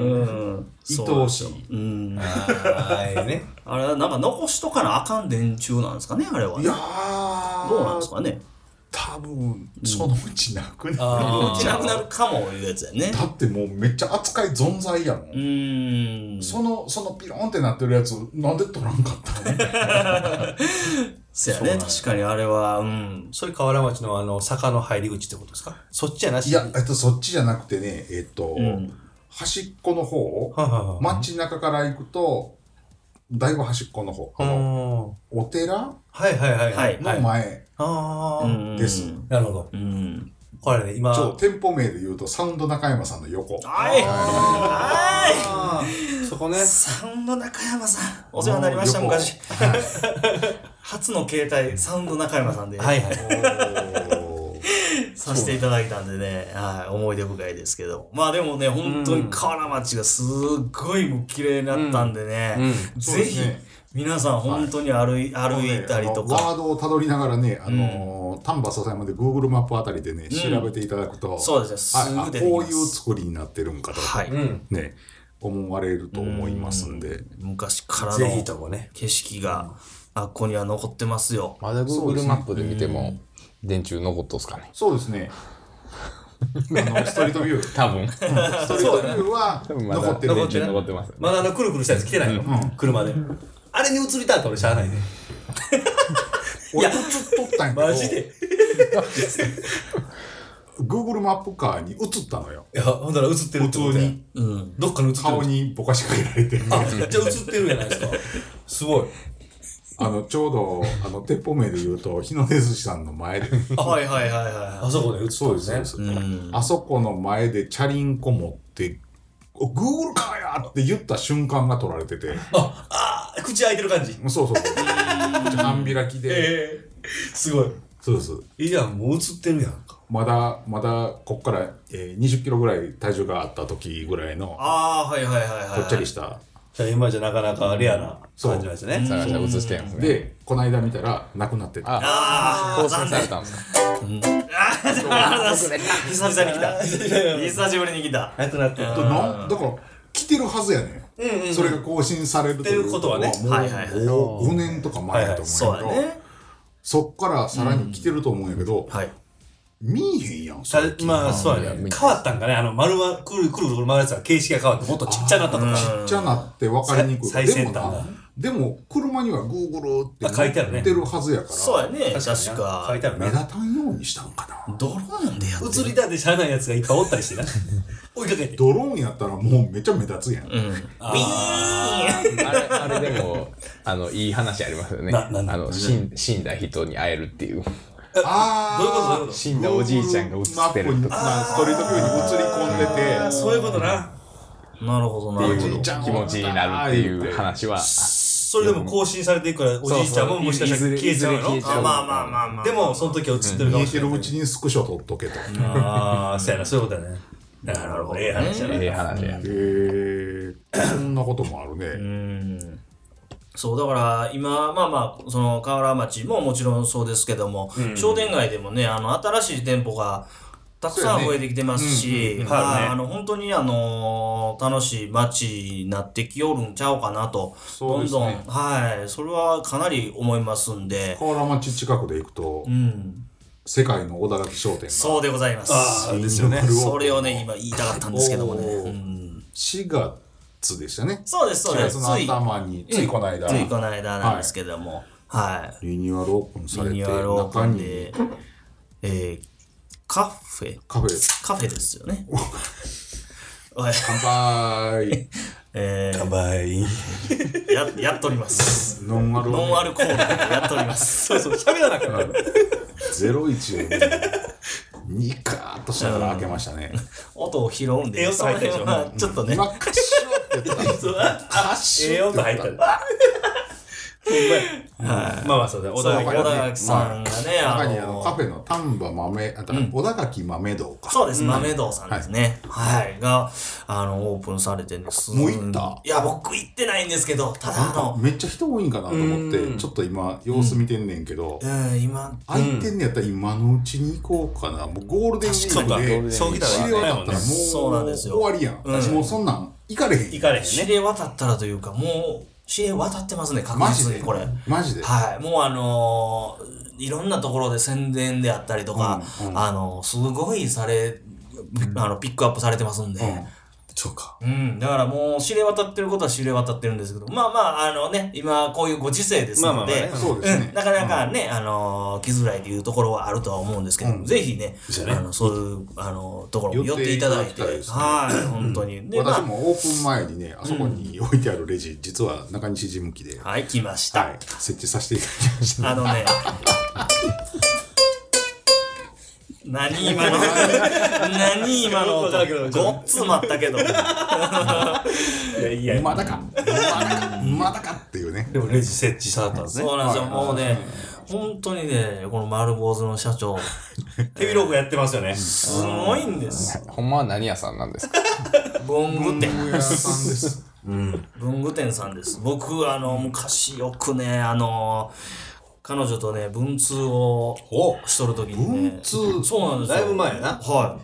愛おしい。 うん。はいね。あれ、なんか残しとかなあかん電柱なんですかね、あれは。 いやー。 どうなんですかね。 多多分そのうちなくなる、 うん、なくなるかもいうやつやね。 だってもうめっちゃ扱い存在やもん。うーんそのそのピロンってなってるやつなんで取らんかったのそやね、確かにあれは、うん。 それ河原町のあの坂の入り口ってことですか？そっちじゃなし？ いや、えっと、そっちじゃなくてね、えっと、うん、端っこの方、ははは街中から行くと、だいぶ端っこの方、あの、お寺はいはいはいはい。 の前です。 なるほど。うんこれね、今。 ちょ、店舗名で言うと、サウンド中山さんの横。 はいはいそこね。 サウンド中山さん。お世話になりました、昔。初の携帯、サウンド中山さんで。はいはい。させていただいたんでね、はい、思い出深いですけど。まあでもね、本当に河原町がすっごい綺麗になったんでね、ぜひ、皆さん本当に歩い、はい、歩いたりとか、 ね、ワードをたどりながらね、あのー、丹波篠山で Google マップあたりでね、調べていただくと、うん、 そうですね、すぐ出てきます。 こういう作りになってるんかとか、はい、ね、思われると思いますんで。ん昔からの景色が、あっこには残ってますよ。 まだ Google マップで見ても、電柱残っとすかね。 そうですね。あのストリートビュー多分ストリートビューは残ってる電柱残ってます。 まだあのくるくるしたやつ来てないの、車で。あれに映りたいと俺しゃあないね。 いや、映っとったんやけど。 マジで Google マップカーに映ったのよ。 いや、ほんなら映ってるってことや。うん。どっかに映ってる。 顔にぼかしかけられてる。 あ、じゃあ映ってるじゃないですか。すごい。 あの、ちょうど、あの、鉄砲名で言うと、日の出寿司さんの前で。 はいはいはいはい。 あそこで映ったんですね。 そうです。あそこの前でチャリンコ持って、Google カーやって言った瞬間が撮られてて。 あ、あ、口開いてる感じ。 そうそうそう。口半開きで。 えー、すごい。 そうです。 いや、もう映ってるやんか。 まだ、まだ、こっから、えー、にじゅっキロぐらい体重があった時ぐらいの。 ああ、はいはいはいはい。 ぽっちゃりした。 今じゃなかなかレアな感じなんですね。 探したら映してるんですね。 で、この間見たら、なくなってた。 ああ、 更新されたんですか。 ああ、久々に来た。久しぶりに来た。 なくなってた。 だから、来てるはずやね。それが更新されるということはね。 もうごねんとか前だと思うんだけど、そっからさらに来てると思うんやけど、見えへんやん。 まあ、そうやね。変わったんかね。あの、丸は、くるくるくる回るやつは形式が変わって、もっとちっちゃなったとか。 ちっちゃなって分かりにくい。 最先端だ。 でも、車には Google って書いてあるね。 てるはずやから。 そうやね。確か。 書いてある目立たんようにしたんかな。 ドローンでやってる。映りたてしゃあないやつがいっぱいおったりしてな。追いかけて。 ドローンやったらもうめっちゃ目立つやん。うん。ビーンあれ、あれでも、あの、いい話ありますよね。あの、死んだ人に会えるっていう。 ああ、どういうことどういうこと死んだおじいちゃんが映ってるとか。 ストリートビューに映り込んでて。 ああ、そういうことな。 なるほどなるほど。 気持ちになるっていう話は。 それでも更新されていくから、おじいちゃんももしかしたら消えちゃうの？ まあまあまあまあ。 でも、その時は映ってるかもしれない。 見えてるうちにスクショ撮っとけと。 ああ、そうやな、そういうことだね。なるほど。ええ話やな。 ええ話や。 へえ、そんなこともあるね。うん。 そう、だから、今、まあまあ、その、河原町ももちろんそうですけども、うん、商店街でもね、あの、新しい店舗がたくさん増えてきてますし、あの、本当にあの、楽しい街になってきよるんちゃうかなと、どんどん、はい、それはかなり思いますんで。 河原町近くで行くと、うん、世界の小田垣商店が。 そうでございます。 ああ、ですよね。 それをね、今言いたかったんですけどもね。うん、 しがつでしたね。 そうです、そうです。 しがつの頭に、ついこの間。 ついこの間なんですけども。はい。 リニューアルオープンされて、 リニューアルオープンで、えー、カフェカフェ。 カフェですよね。 乾杯。 えー、 乾杯。 や、やっとります。 ノンアル。 ノンアルコールやっとります。 そうそう、喋らなくなる。 ゼロイチをね、ニカーッとしながら開けましたね。 音を拾うんで、え、音入ったでしょ。ちょっとね。 今、カッシュって言った。カッシュって言った。 え、音入った。まあまあそうだ、 小田垣さんがね、 中にあのカフェの丹波豆、あと小田垣豆堂か。 そうです、豆堂さんですね。はい。が、あの、オープンされてね、 もう行った？ いや、僕行ってないんですけど、ただあの、 めっちゃ人多いんかなと思って、ちょっと今、様子見てんねんけど、 今、 空いてんねやったら今のうちに行こうかな。もうゴールデンウィークで、 そう来た知れ渡ったらもう終わりやん。もうそんなん行かれへん。 行かれへんね。 知れ渡ったらというか、もう、知れ渡ってますね、確実にこれ。 マジではい。もうあのー、 いろんなところで宣伝であったりとか、うんうん、あの、すごいされ、あの、ピックアップされてますんで、うんそうか。 うん。だからもう知れ渡ってることは知れ渡ってるんですけど、まあまあ、あのね、今こういうご時世ですので、 そうですね。 なかなかね、あの、来づらいというところはあるとは思うんですけど、ぜひね、あの、そういう、あの、ところに寄っていただいて、はい、本当に。 私もオープン前にね、あそこに置いてあるレジ、実は中西事務機で、 はい、来ました。 設置させていただきました。 あのね、何今の何今のごっつまったけどいやいやまだかまだかまだかっていうね。 でもレジ設置されたんですね。 そうなんですよ。もうね本当にねこの丸坊主の社長手広くやってますよね。 すごいんです。 ほんまは何屋さんなんですか？ 文具店屋さんです。 文具店さんです。僕あの昔よくねあの彼女とね、文通をしとるときにね。 文通そうなんですよ。 だいぶ前やな。 はい。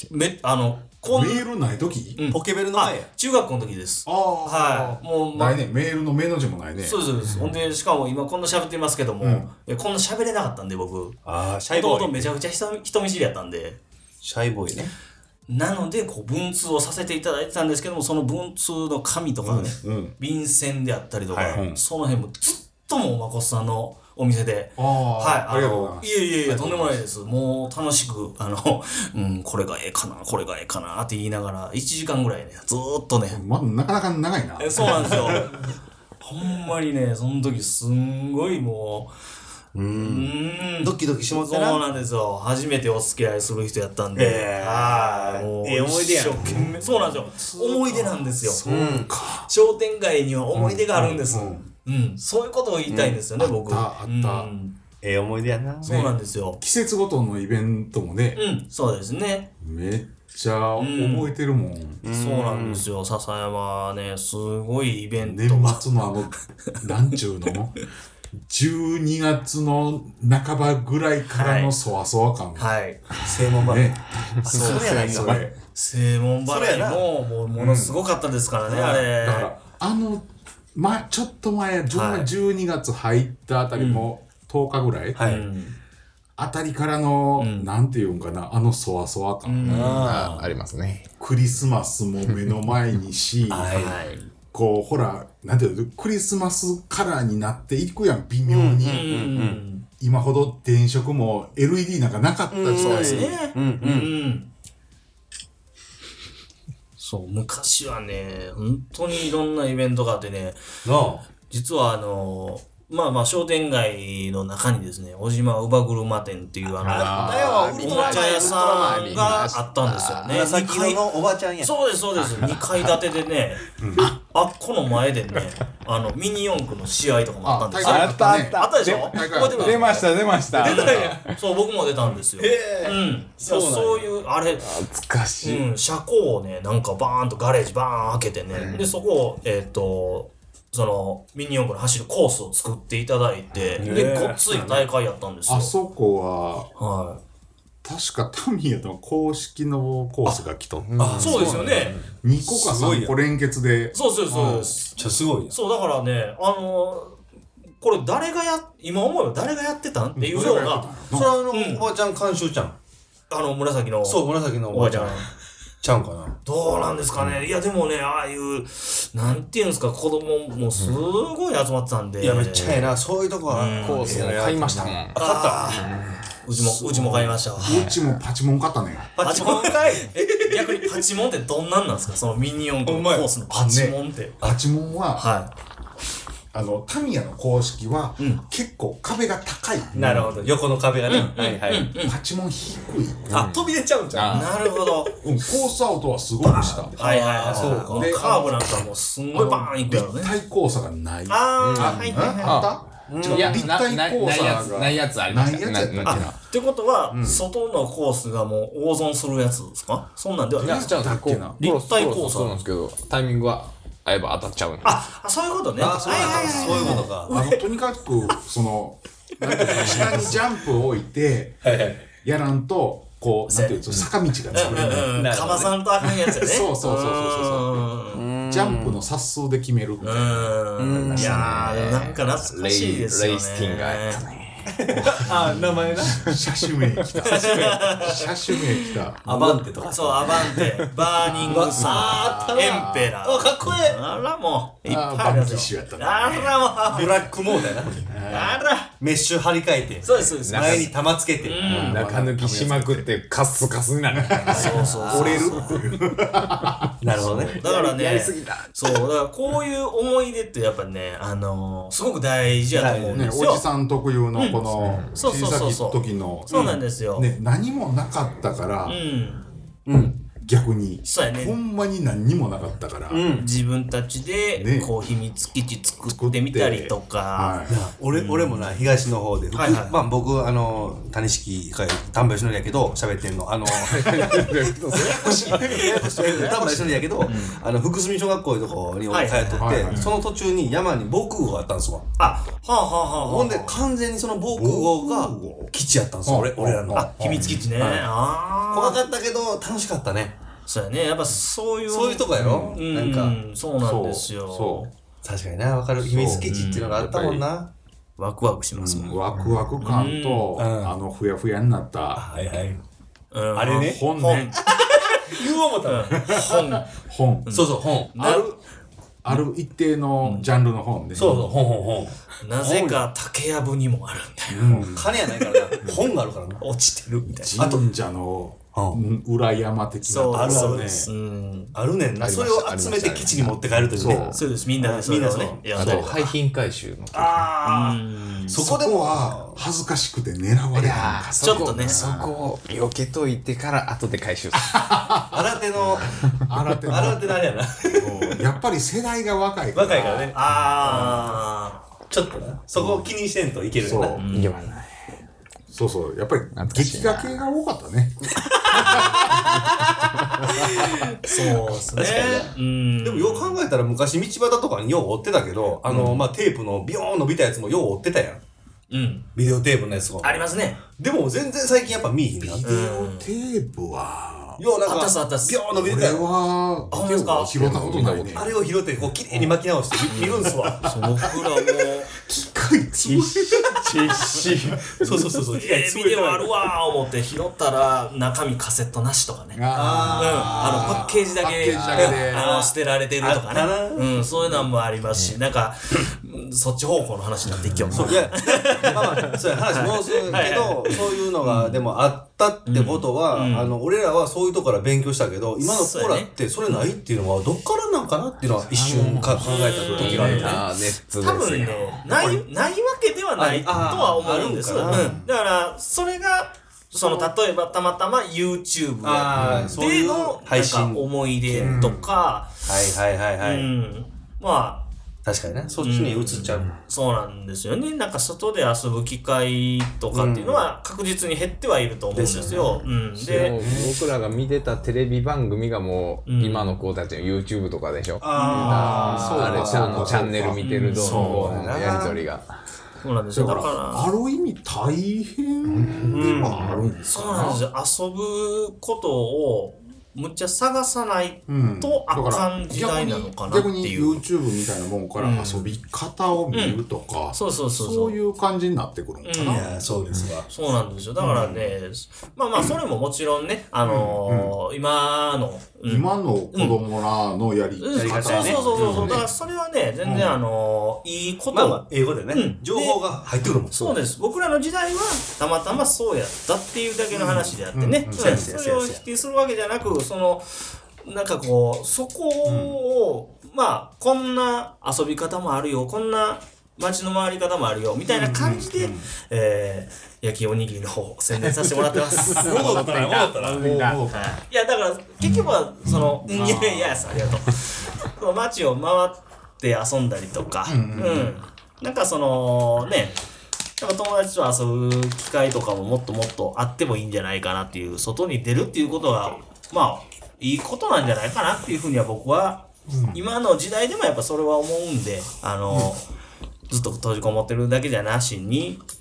め、あの、 こんメールないとき、 うん、ポケベルの前や。 中学校の時です。 ああ。 はい。もう、 ま、ないね。メールの目の字もないね。 そうです、そうです。ほんで、しかも今こんな喋ってますけども、うん、こんな喋れなかったんで、僕。 ああ、シャイボーイ。 もともとめちゃくちゃ人人見知りやったんで。 シャイボーイね。 なので、こう、文通をさせていただいてたんですけども、その文通の紙とかね、うんうん、便箋であったりとか、はい、その辺もずっともまこさんの、お店で。 ああ、 はい。 ありがとうございます。 いえいえいえ、とんでもないです。もう楽しく、あの、うん、これがええかな、これがええかなって言いながら、いちじかんぐらいね、ずーっとね。 ま、なかなか長いな。 え、そうなんですよ。ほんまにね、その時すんごいもう、うーん。ドキドキしますね。そうなんですよ。初めてお付き合いする人やったんで。 えー、 はい。もう、 ええ思い出やん。 一生懸命。そうなんですよ。思い出なんですよ。 そうか。 商店街には思い出があるんです。うん。うん、そういうことを言いたいんですよね、うん、僕。 あった、あった。うん、 ええ思い出やな。 そうなんですよ、 ね。季節ごとのイベントもね。 うん、そうですね。 めっちゃ覚えてるもん。 うん、そうなんですよ。笹山はね、すごいイベントが。 年末のあの、なんちゅうのじゅうにがつの半ばぐらいからのそわそわ感。 はい。 正門払い。 そうやないか。正門払いも、もう、ものすごかったですからね、あれ。 だから、あの、ま、ちょっと前、じゅうにがつ入ったあたりも、とおかぐらい、はい、あたりからの、うん、なんていうんかな、あのそわそわ感。 うん、あ, ありますね。 クリスマスも目の前にし、はい、こう、ほら、なんていうの、クリスマスカラーになっていくやん、微妙に。うんうんうん、今ほど電飾も エルイーディー なんかなかった時代。 そうですね。うんうんそう、昔はね、本当にいろんなイベントがあってね、実はあの、まあまあ商店街の中にですね、小島乳母車店っていうあの、 あおもちゃ屋さんがあったんですよね。 紫色のおばちゃんや。 そうですそうです。にかい建てでね、あっこの前でね、あのミニ四駆の試合とかもあったんですよ。 あったあった。 あったでしょ？ 出ました出ました。 出たね。そう僕も出たんですよ。へえ。うん。そういうあれ懐かしい。 うん。車庫をねなんかバーンとガレージバーン開けてね、でそこをえっと。そのミニ四駆の走るコースを作っていただいて、でごっつい大会やったんですよ。 あそこは、 はい、 確かタミヤの公式のコースが来とった。 あ、そうですよね。 にこかさんこ連結で。 そうそうそうです。 めっちゃすごい。 そうだからね、あのこれ誰がや今思えば誰がやってたんっていうような。 それはあの、うん、おばちゃん監修ちゃん。 あの紫の。 そう紫のおばちゃん。ちゃうんかな。 どうなんですかね。いやでもね、ああいうなんていうんですか、子供もすごい集まってたんで。 いやめっちゃええな。そういうとこはコースも買いましたもん。 買った。うちもうちも買いました。うちもパチモン買ったね。 パチモン買い。え逆にパチモンってどんなんなんですか。そのミニ四駆のコースのパチモンって。 パチモンは。 はい。 あのタミヤの公式は、うん、結構壁が高い。 なるほど。横の壁がね。はいはい。 パチモン低い。 あ、飛び出ちゃうんじゃん。 なるほど。 うん、コースアウトはすごくした。 はいはいはい。そうか。でカーブなんかもすんごいバーンいくやろね。 立体交差がない。 ああ、はいはいはい。 あった？違う。立体交差がないやつありました。 ないやつやったっけな。 ってことは外のコースがもう大損するやつですか？そんなんではない。 じゃあだっけな。 立体交差。 そうなんですけどタイミングは。合えば当たっちゃうんあ、そういうことね。 あ、そういうことか。 あのとにかくそのなんていうか下にジャンプを置いてやらんとこうなんていうの坂道が作れない。 かまさんとあかんやつやね。 そうそうそうそうそう。ジャンプの殺数で決めるみたいな。 いやーなんか懐かしいですよね。 レイスティンがあったね。 あ、名前な。 車種名来た。車種名来た。 アバンテとか。 そう、アバンテ、バーニングサー、エンペラー。 あ、かっこいい。 あらもう、いっぱいバンキッシュやったな。 あらもう、 ブラックモーターやな。 あら。 メッシュ張り替えて。 そうです、そうです。 前に玉つけて。 中抜きしまくってカスカスになる。 そうそうそう。 折れる。なるほどね。 だからね、 やりすぎた。 そう、だからこういう思い出ってやっぱね、あのー、すごく大事やと思うんですよ。 おじさん特有のこの小さい時の、 そうなんですよ。 ね、何もなかったから、 うん。 うん。 逆に、 そうやね、 ほんまに何にもなかったから、 うん、自分たちで、ね、こう秘密基地作ってみたりとか、 はい、 俺、うん、俺もな東の方で、はいはい、まあ僕あの谷敷丹波吉典やけど喋ってんのあの丹波吉典やけど、うん、あの福住小学校いうとこに俺通っとって、はいはい、その途中に山に防空壕があったんですわ。 あ、はあはあはあ。 ほんで完全にその防空壕が基地やったんですよ。俺俺らの。 あ、秘密基地ね。はい、あ怖かったけど楽しかったね。 そうやね、やっぱそういうそういうとこやろ、うん、なんか、うん、 そうなんですよ。 そう確かにな、分かる。秘密基地っていうのがあったもんな。 ワクワクしますもん、 うん、ワクワク感と、うん、あのふやふやになった、 はいはい、 うん、 あれね、 本ね言おう思ったら本本そうそう本あるある一定のジャンルの本で、 そうそう本本本なぜか竹やぶにもあるんだよ、 うん、金やないからな本があるからな、 落ちてるみたいな。 神社の裏山的なとあるあるね、 うん、あるねんな。それを集めて基地に持って帰るというね。 そうです、みんなでそれをね。 あと廃品回収の。 ああ、そこでもは恥ずかしくて狙われなかった。 ちょっとね、 そこを避けといてから後で回収する。 新手の新手の新手のあれやな。 やっぱり世代が若いから。 若いからね。 ああ、 ちょっとな。そこを気にしてんといけるよな。 いけまない。 そうそう、やっぱり劇画系が多かったね。 そうですね。 うん。でもよう考えたら昔道端とかによう追ってたけど、あの、まあ、テープのビヨーン伸びたやつもよう追ってたやん。 うん。 ビデオテープのやつが。 ありますね。 でも全然最近やっぱ見えひんな。 ビデオテープは、 ようなんか、 あったすあったす。 ビヨーン伸びてたやん。 これは、 あ、ほんですか？ 拾ったことないね。 あれを拾って、こう、綺麗に巻き直して見るんすわ。 そう、僕らも、 機械ちっし。そうそうそうそう。 えー、ビデオあるわー思って拾ったら、中身カセットなしとかね。 ああの、パッケージだけ、 パッケージだけであの、捨てられてるとかね。うん、そういうのもありますし、なんか、そっち方向の話になっていきよう。 そう、いや、まあまあ、そういう話もするけど、そういうのが、でもあったってことは、あの、俺らはそういうとこから勉強したけど、今の子らってそれないっていうのは、どっからなんかなっていうのは一瞬考えた時があるね。 ああ、ネットです多分ね、ない、ないわけではないとは思うんです。うん。だから、それが、その、例えばたまたま YouTube での、なんか思い出とか、 はいはいはいはい。 うん。まあ、 確かにね、そっちに移っちゃう、うん、 そうなんですよね。なんか外で遊ぶ機会とかっていうのは確実に減ってはいると思うんですよ。うん、 で、僕らが見てたテレビ番組がもう、うん、今の子たちの YouTube とかでしょ。 ああ、 そうあれちゃんのチャンネル見てる動画のやりとりが。 そうなんですよ。だから、 ある意味大変ではあるんですか、 うん、そうなんですよ。遊ぶことをむっちゃ探さないとあかん時代なのかなっていう、 うん、逆に YouTube みたいなもんから遊び方を見るとか、 うん、そうそうそうそういう感じになってくるのかな、 うん、いやそうですわ、 そうなんですよ。だからね、うん、まあまあそれももちろんね、あのーうんうん、今の、 うん、今の子供らのやり方、 うん、やり方ね、そうそうそうそう、うん、だからそれはね全然あのー、いいこと、 まあまあ英語でね、うん、情報が入ってくるもん。 そうです。僕らの時代はたまたまそうやったっていうだけの話であってね、うんうん、それを否定するわけじゃなく、そのなんかこうそこを、うん、まあこんな遊び方もあるよ、こんな街の回り方もあるよみたいな感じで、うんうん、えー、焼きおにぎりの方を宣伝させてもらってます。 戻ったら戻ったら。いやだから結局はその、うん、いやいやいやありがとう。その街を回って遊んだりとか、うん、うんうん、なんかそのね。やっぱ友達と遊ぶ機会とかももっともっとあってもいいんじゃないかなっていう、外に出るっていうことがまあいいことなんじゃないかなっていうふうには僕は、うん、今の時代でもやっぱそれは思うんで、あの、うん、ずっと閉じこもってるだけじゃなしに、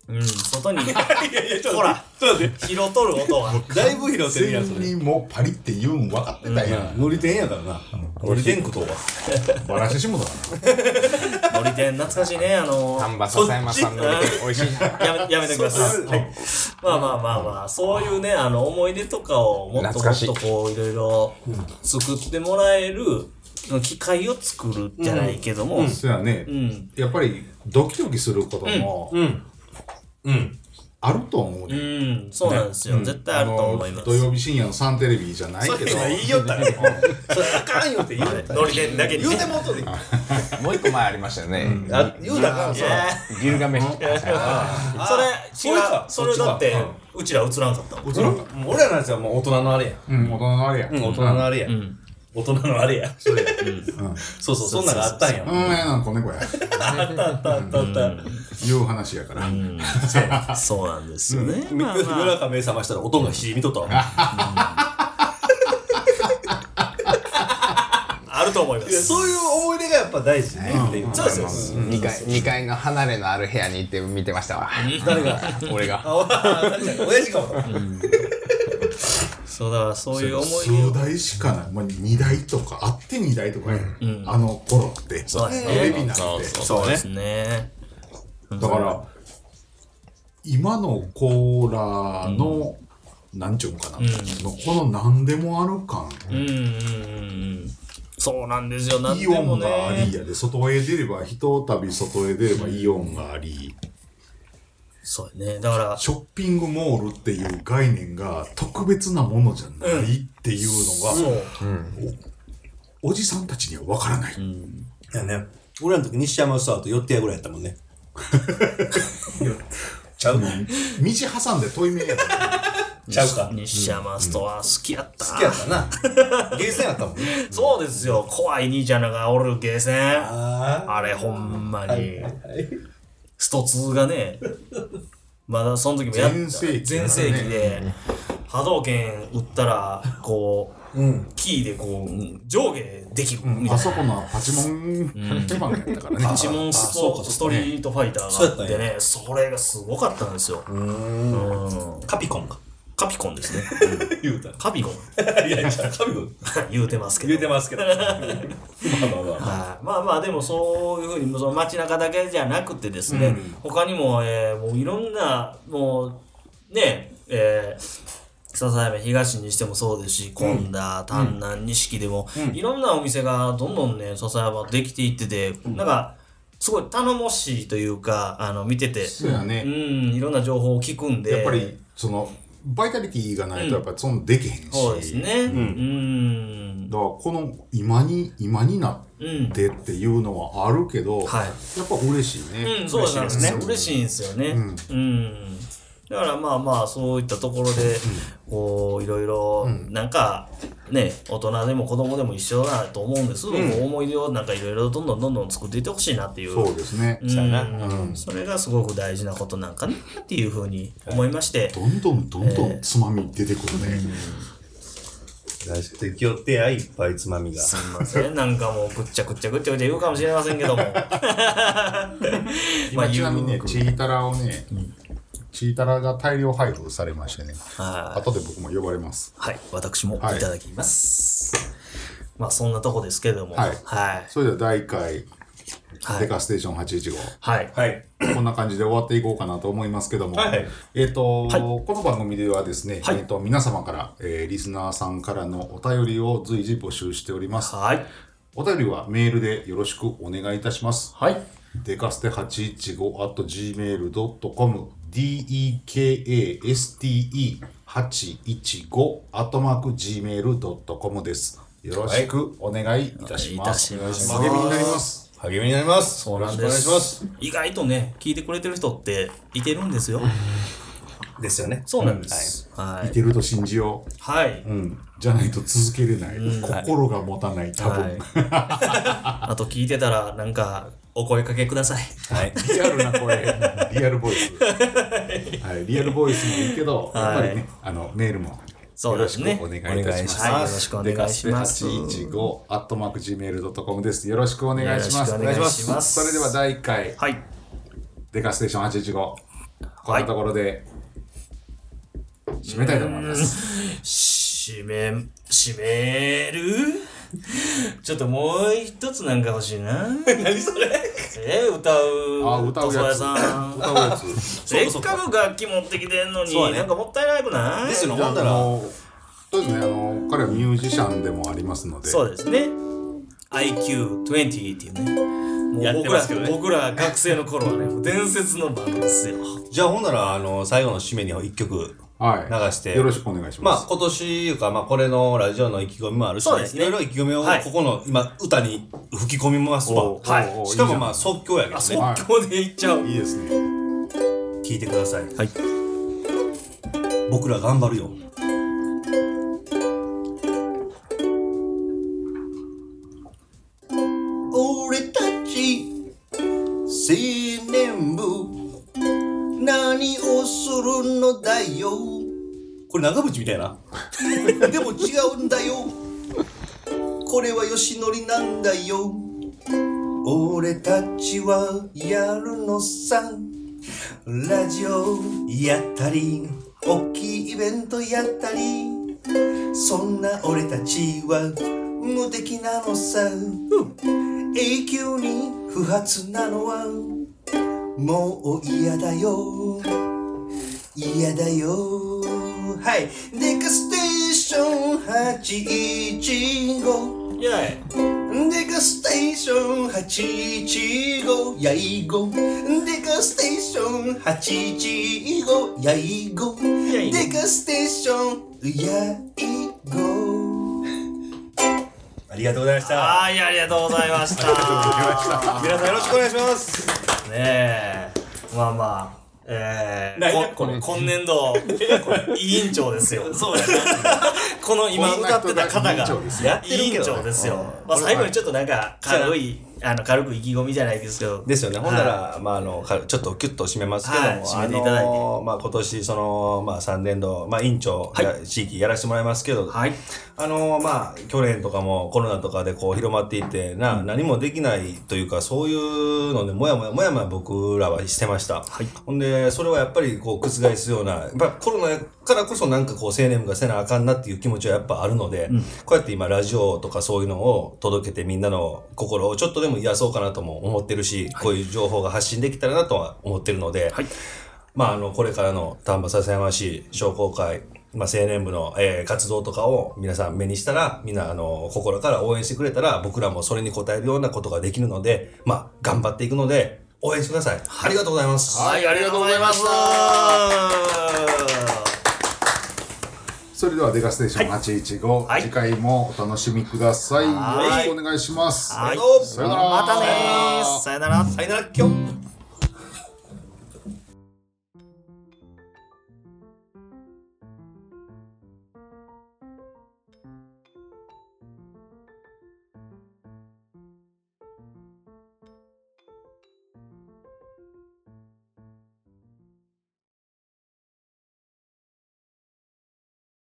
うん、外に、ほら、拾とる音が。 だいぶ拾ってるやつ。 全員もうパリって言うん分かってたやん。 のり天やからな。のり天食とうわ。 バラしてしもたかな。のり天懐かしいね、あのー。 丹波篠山さんのり天美味しいな。 やめ、やめてください。まあまあまあまあ、そういうね、あの、思い出とかをもっともっとこう、いろいろ作ってもらえる機会を作るじゃないけども。 そうやね。やっぱりドキドキすることも、うん。あると思うね。 うん、そうなんですよ。ね、絶対あると思います。 土曜日深夜のサンテレビじゃないけど。それ言いよったら、それあかんよって言うたら。 ノリでだけに。 言うてもうとで。 もう一個前ありましたよね。 うん、あ言うたらあかん、それ。 ギルガメッシュ。 それ、違う。それだって、うちら映らんかったもん。 映らんかった。 俺らのやつはもう大人のあれや。 うん、大人のあれや。 うん、大人のあれや。大人のあれや。 それ。 そうそう、そんなのあったんや。 うん、なんか猫や。 あったあったあったあった。 いう話やから。 そうなんですよね。 夜中目覚ましたら音がしみとったわ。 あると思います。 そういう思い出がやっぱ大事ね。 そうですよ。 にかい、にかいの離れのある部屋に行って見てましたわ。 誰が俺が。 親父かも。 そうだからそういう思い出数台しかない。まあ、にだいとか、あってにだいとかや、うん、あの頃って。 そうですね。 テレビなんて。 そうですね。 だから、今のコーラの、うん、なんちゅうんかな、うん、この何でもある感。 うんうんうん。そうなんですよ、 イオンがありやで、外へ出れば、ひとたび外へ出ればイオンがあり。 そうね。だから、 ショッピングモールっていう概念が特別なものじゃないっていうのが、うんうん、お, おじさんたちには分からない。うん、いやね、俺らの時西山スターと寄ってやぐらいやったもんね。ちゃうの道挟んで遠い目やった。 ちゃうか。 西山ストア好きやった。 好きやったな。ゲーセンやったもんね。 そうですよ。怖い兄ちゃんらがおるゲーセン。あ, あれほんまに。はいはい、ストツーがね、まだその時もやった。全盛期、ね、全盛期で、波動拳打ったら、こう、うん、キーでこう、上下できるみたいな。うん、 あそこのパチモン手番やったからね。 パチモンスト、ストリートファイターがあってね、それがすごかったんですよ。うーん。カピコンか。 カピコンですね。 言うた。 カピコン。 いやいや、カピコン。 言うてますけど。 言うてますけど。まあまあまあ。まあまあ、でもそういうふうに、その街中だけじゃなくてですね、うん、他にも、えー、もういろんな、もう、ね、えー、笹山東にしてもそうですし、今田、丹南、錦でも、うん、いろんなお店がどんどんね、笹山できていってて、うん、なんか、すごい頼もしいというか、あの、見てて、 そうやね。 うん、いろんな情報を聞くんで。 やっぱり、その、バイタリティがないとやっぱりそんなできへんし、うん、 そうですね、うん、 うんだからこの今に今になってっていうのはあるけど、うんはい、やっぱ嬉しいね、 うん、そうなんですね、嬉しいんですよね、うんうん、だからまあまあそういったところでこういろいろなんかね大人でも子供でも一緒だと思うんです、うん、思い出をなんかいろいろどんどんどんどん作っていってほしいなっていう、 そうですね、 うんうん、それがすごく大事なことなんかなっていうふうに思いまして、 どんどんどんどんつまみ出てくるね、 出してきよってや、いっぱいつまみが。 すみません、なんかもうぐっちゃぐっちゃぐっちゃぐっちゃ言うかもしれませんけども今ちなみにねチータラをね、うんチータラが大量配布されましてね、はい、後で僕も呼ばれます。 はい、私もいただきます。はい、まあそんなとこですけれども、 はい。はい、それではだいいっかい、はい、デカステーションはちいちご、はい、はい、こんな感じで終わっていこうかなと思いますけども、はい、えっ、ー、と、はい、この番組ではですね、はい、えっ、ー、と皆様から、えー、リスナーさんからのお便りを随時募集しております。はい。お便りはメールでよろしくお願いいたします。はい。デカステはちいちご アットジーメールドットコムディーイーケーエーエスティーイーはちいちご アットマーク ジーメールドットコム です。よろしくお願いいたします。 はい、 励みになります。 励みになります。 そうなんです。よろしくお願いします。意外とね、聞いてくれてる人っていてるんですよ。 ですよね。 そうなんです。 うん、はい。いてると信じよう。 はい。 うん。じゃないと続けれない。うん、心が持たない、多分。はい、 あと聞いてたら、なんか、お声かけください。 はい。リアルな声、リアルボイス。はい。リアルボイスもいいけど、やっぱりね、あの、メールも。よろしくお願いいたします。 はい、よろしくお願いします。 デカステはちいちご アットマーク ジーメールドットコム です。よろしくお願いします。 お願いします。 それではだいいっかい、はい、デカステーションはちいちご、 こんなところで締めたいと思います。 締め、締めるちょっともう一つなんか欲しいな。何それえー、歌う。 あ、歌うやつ。 さん歌うやつ。せっかく楽器持ってきてんのに、ね、なんかもったいなくないですよね、ほんだら。 そうですね、あの、彼はミュージシャンでもありますので。 そうですね。アイキューにじゅうっていうね。もうやってますけどね。 僕ら学生の頃はね、伝説のバンドですよ。 じゃあほんなら、あの、最後の締めに一曲。 はい。 流して。 よろしくお願いします。 まあ今年いうか、まあこれのラジオの意気込みもあるし、ね、そうですね。いろいろ意気込みをここの今歌に吹き込みますわ。はい。しかもまあ即興やけどね。 即興でいっちゃう。 いいですね。 聞いてください。 はい。 僕ら頑張るよ。俺たち青年部何をするのだよ。これ長渕みたいな。でも違うんだよ。これは吉典なんだよ。俺たちはやるのさ。ラジオやったり、大きいイベントやったり。そんな俺たちは無敵なのさ。永久に不発なのはもう嫌だよ。嫌だよ。はい。デカステーションはちいちご。 イェイ。デカステーションはちいちご。やいご。デカステーションはちいちご。やいご。デカステーションやいご。ありがとうございました。 はい、ありがとうございました。 皆さんよろしくお願いします。 ねえ、まあまあ。えー、こ今年度委員長ですよ。そうやね。この今歌ってた方が委員長ですよ。まあ最後にちょっとなんか軽いあの軽く意気込みじゃないですけど。 ですよね。ほんならまああのちょっとキュッと締めますけども、 締めていただいて、 まあ今年そのまあさんねんどまあ委員長地域やらせてもらいますけど、はい。あのまあ去年とかもコロナとかでこう広まっていってな何もできないというかそういうのでもやもやもやもや僕らはしてました。はい。ほんでそれはやっぱりこう覆すようなやっぱコロナからこそなんかこう青年部がせなあかんなっていう気持ちはやっぱあるので、うん、こうやって今ラジオとかそういうのを届けてみんなの心をちょっとでも癒そうかなとも思ってるし、はい、こういう情報が発信できたらなとは思ってるので、はい、まああのこれからの丹波篠山市商工会まあ、青年部の、えー、活動とかを皆さん目にしたら、みんなあの心から応援してくれたら、僕らもそれに応えるようなことができるので、まあ頑張っていくので応援してください。ありがとうございます。 はい、ありがとうございました。 それではデカステーションはちいちご、はい、次回もお楽しみください。よろしくお願いします。 はい、 さよなら。 またねー。さよなら。 さよなら。きょん。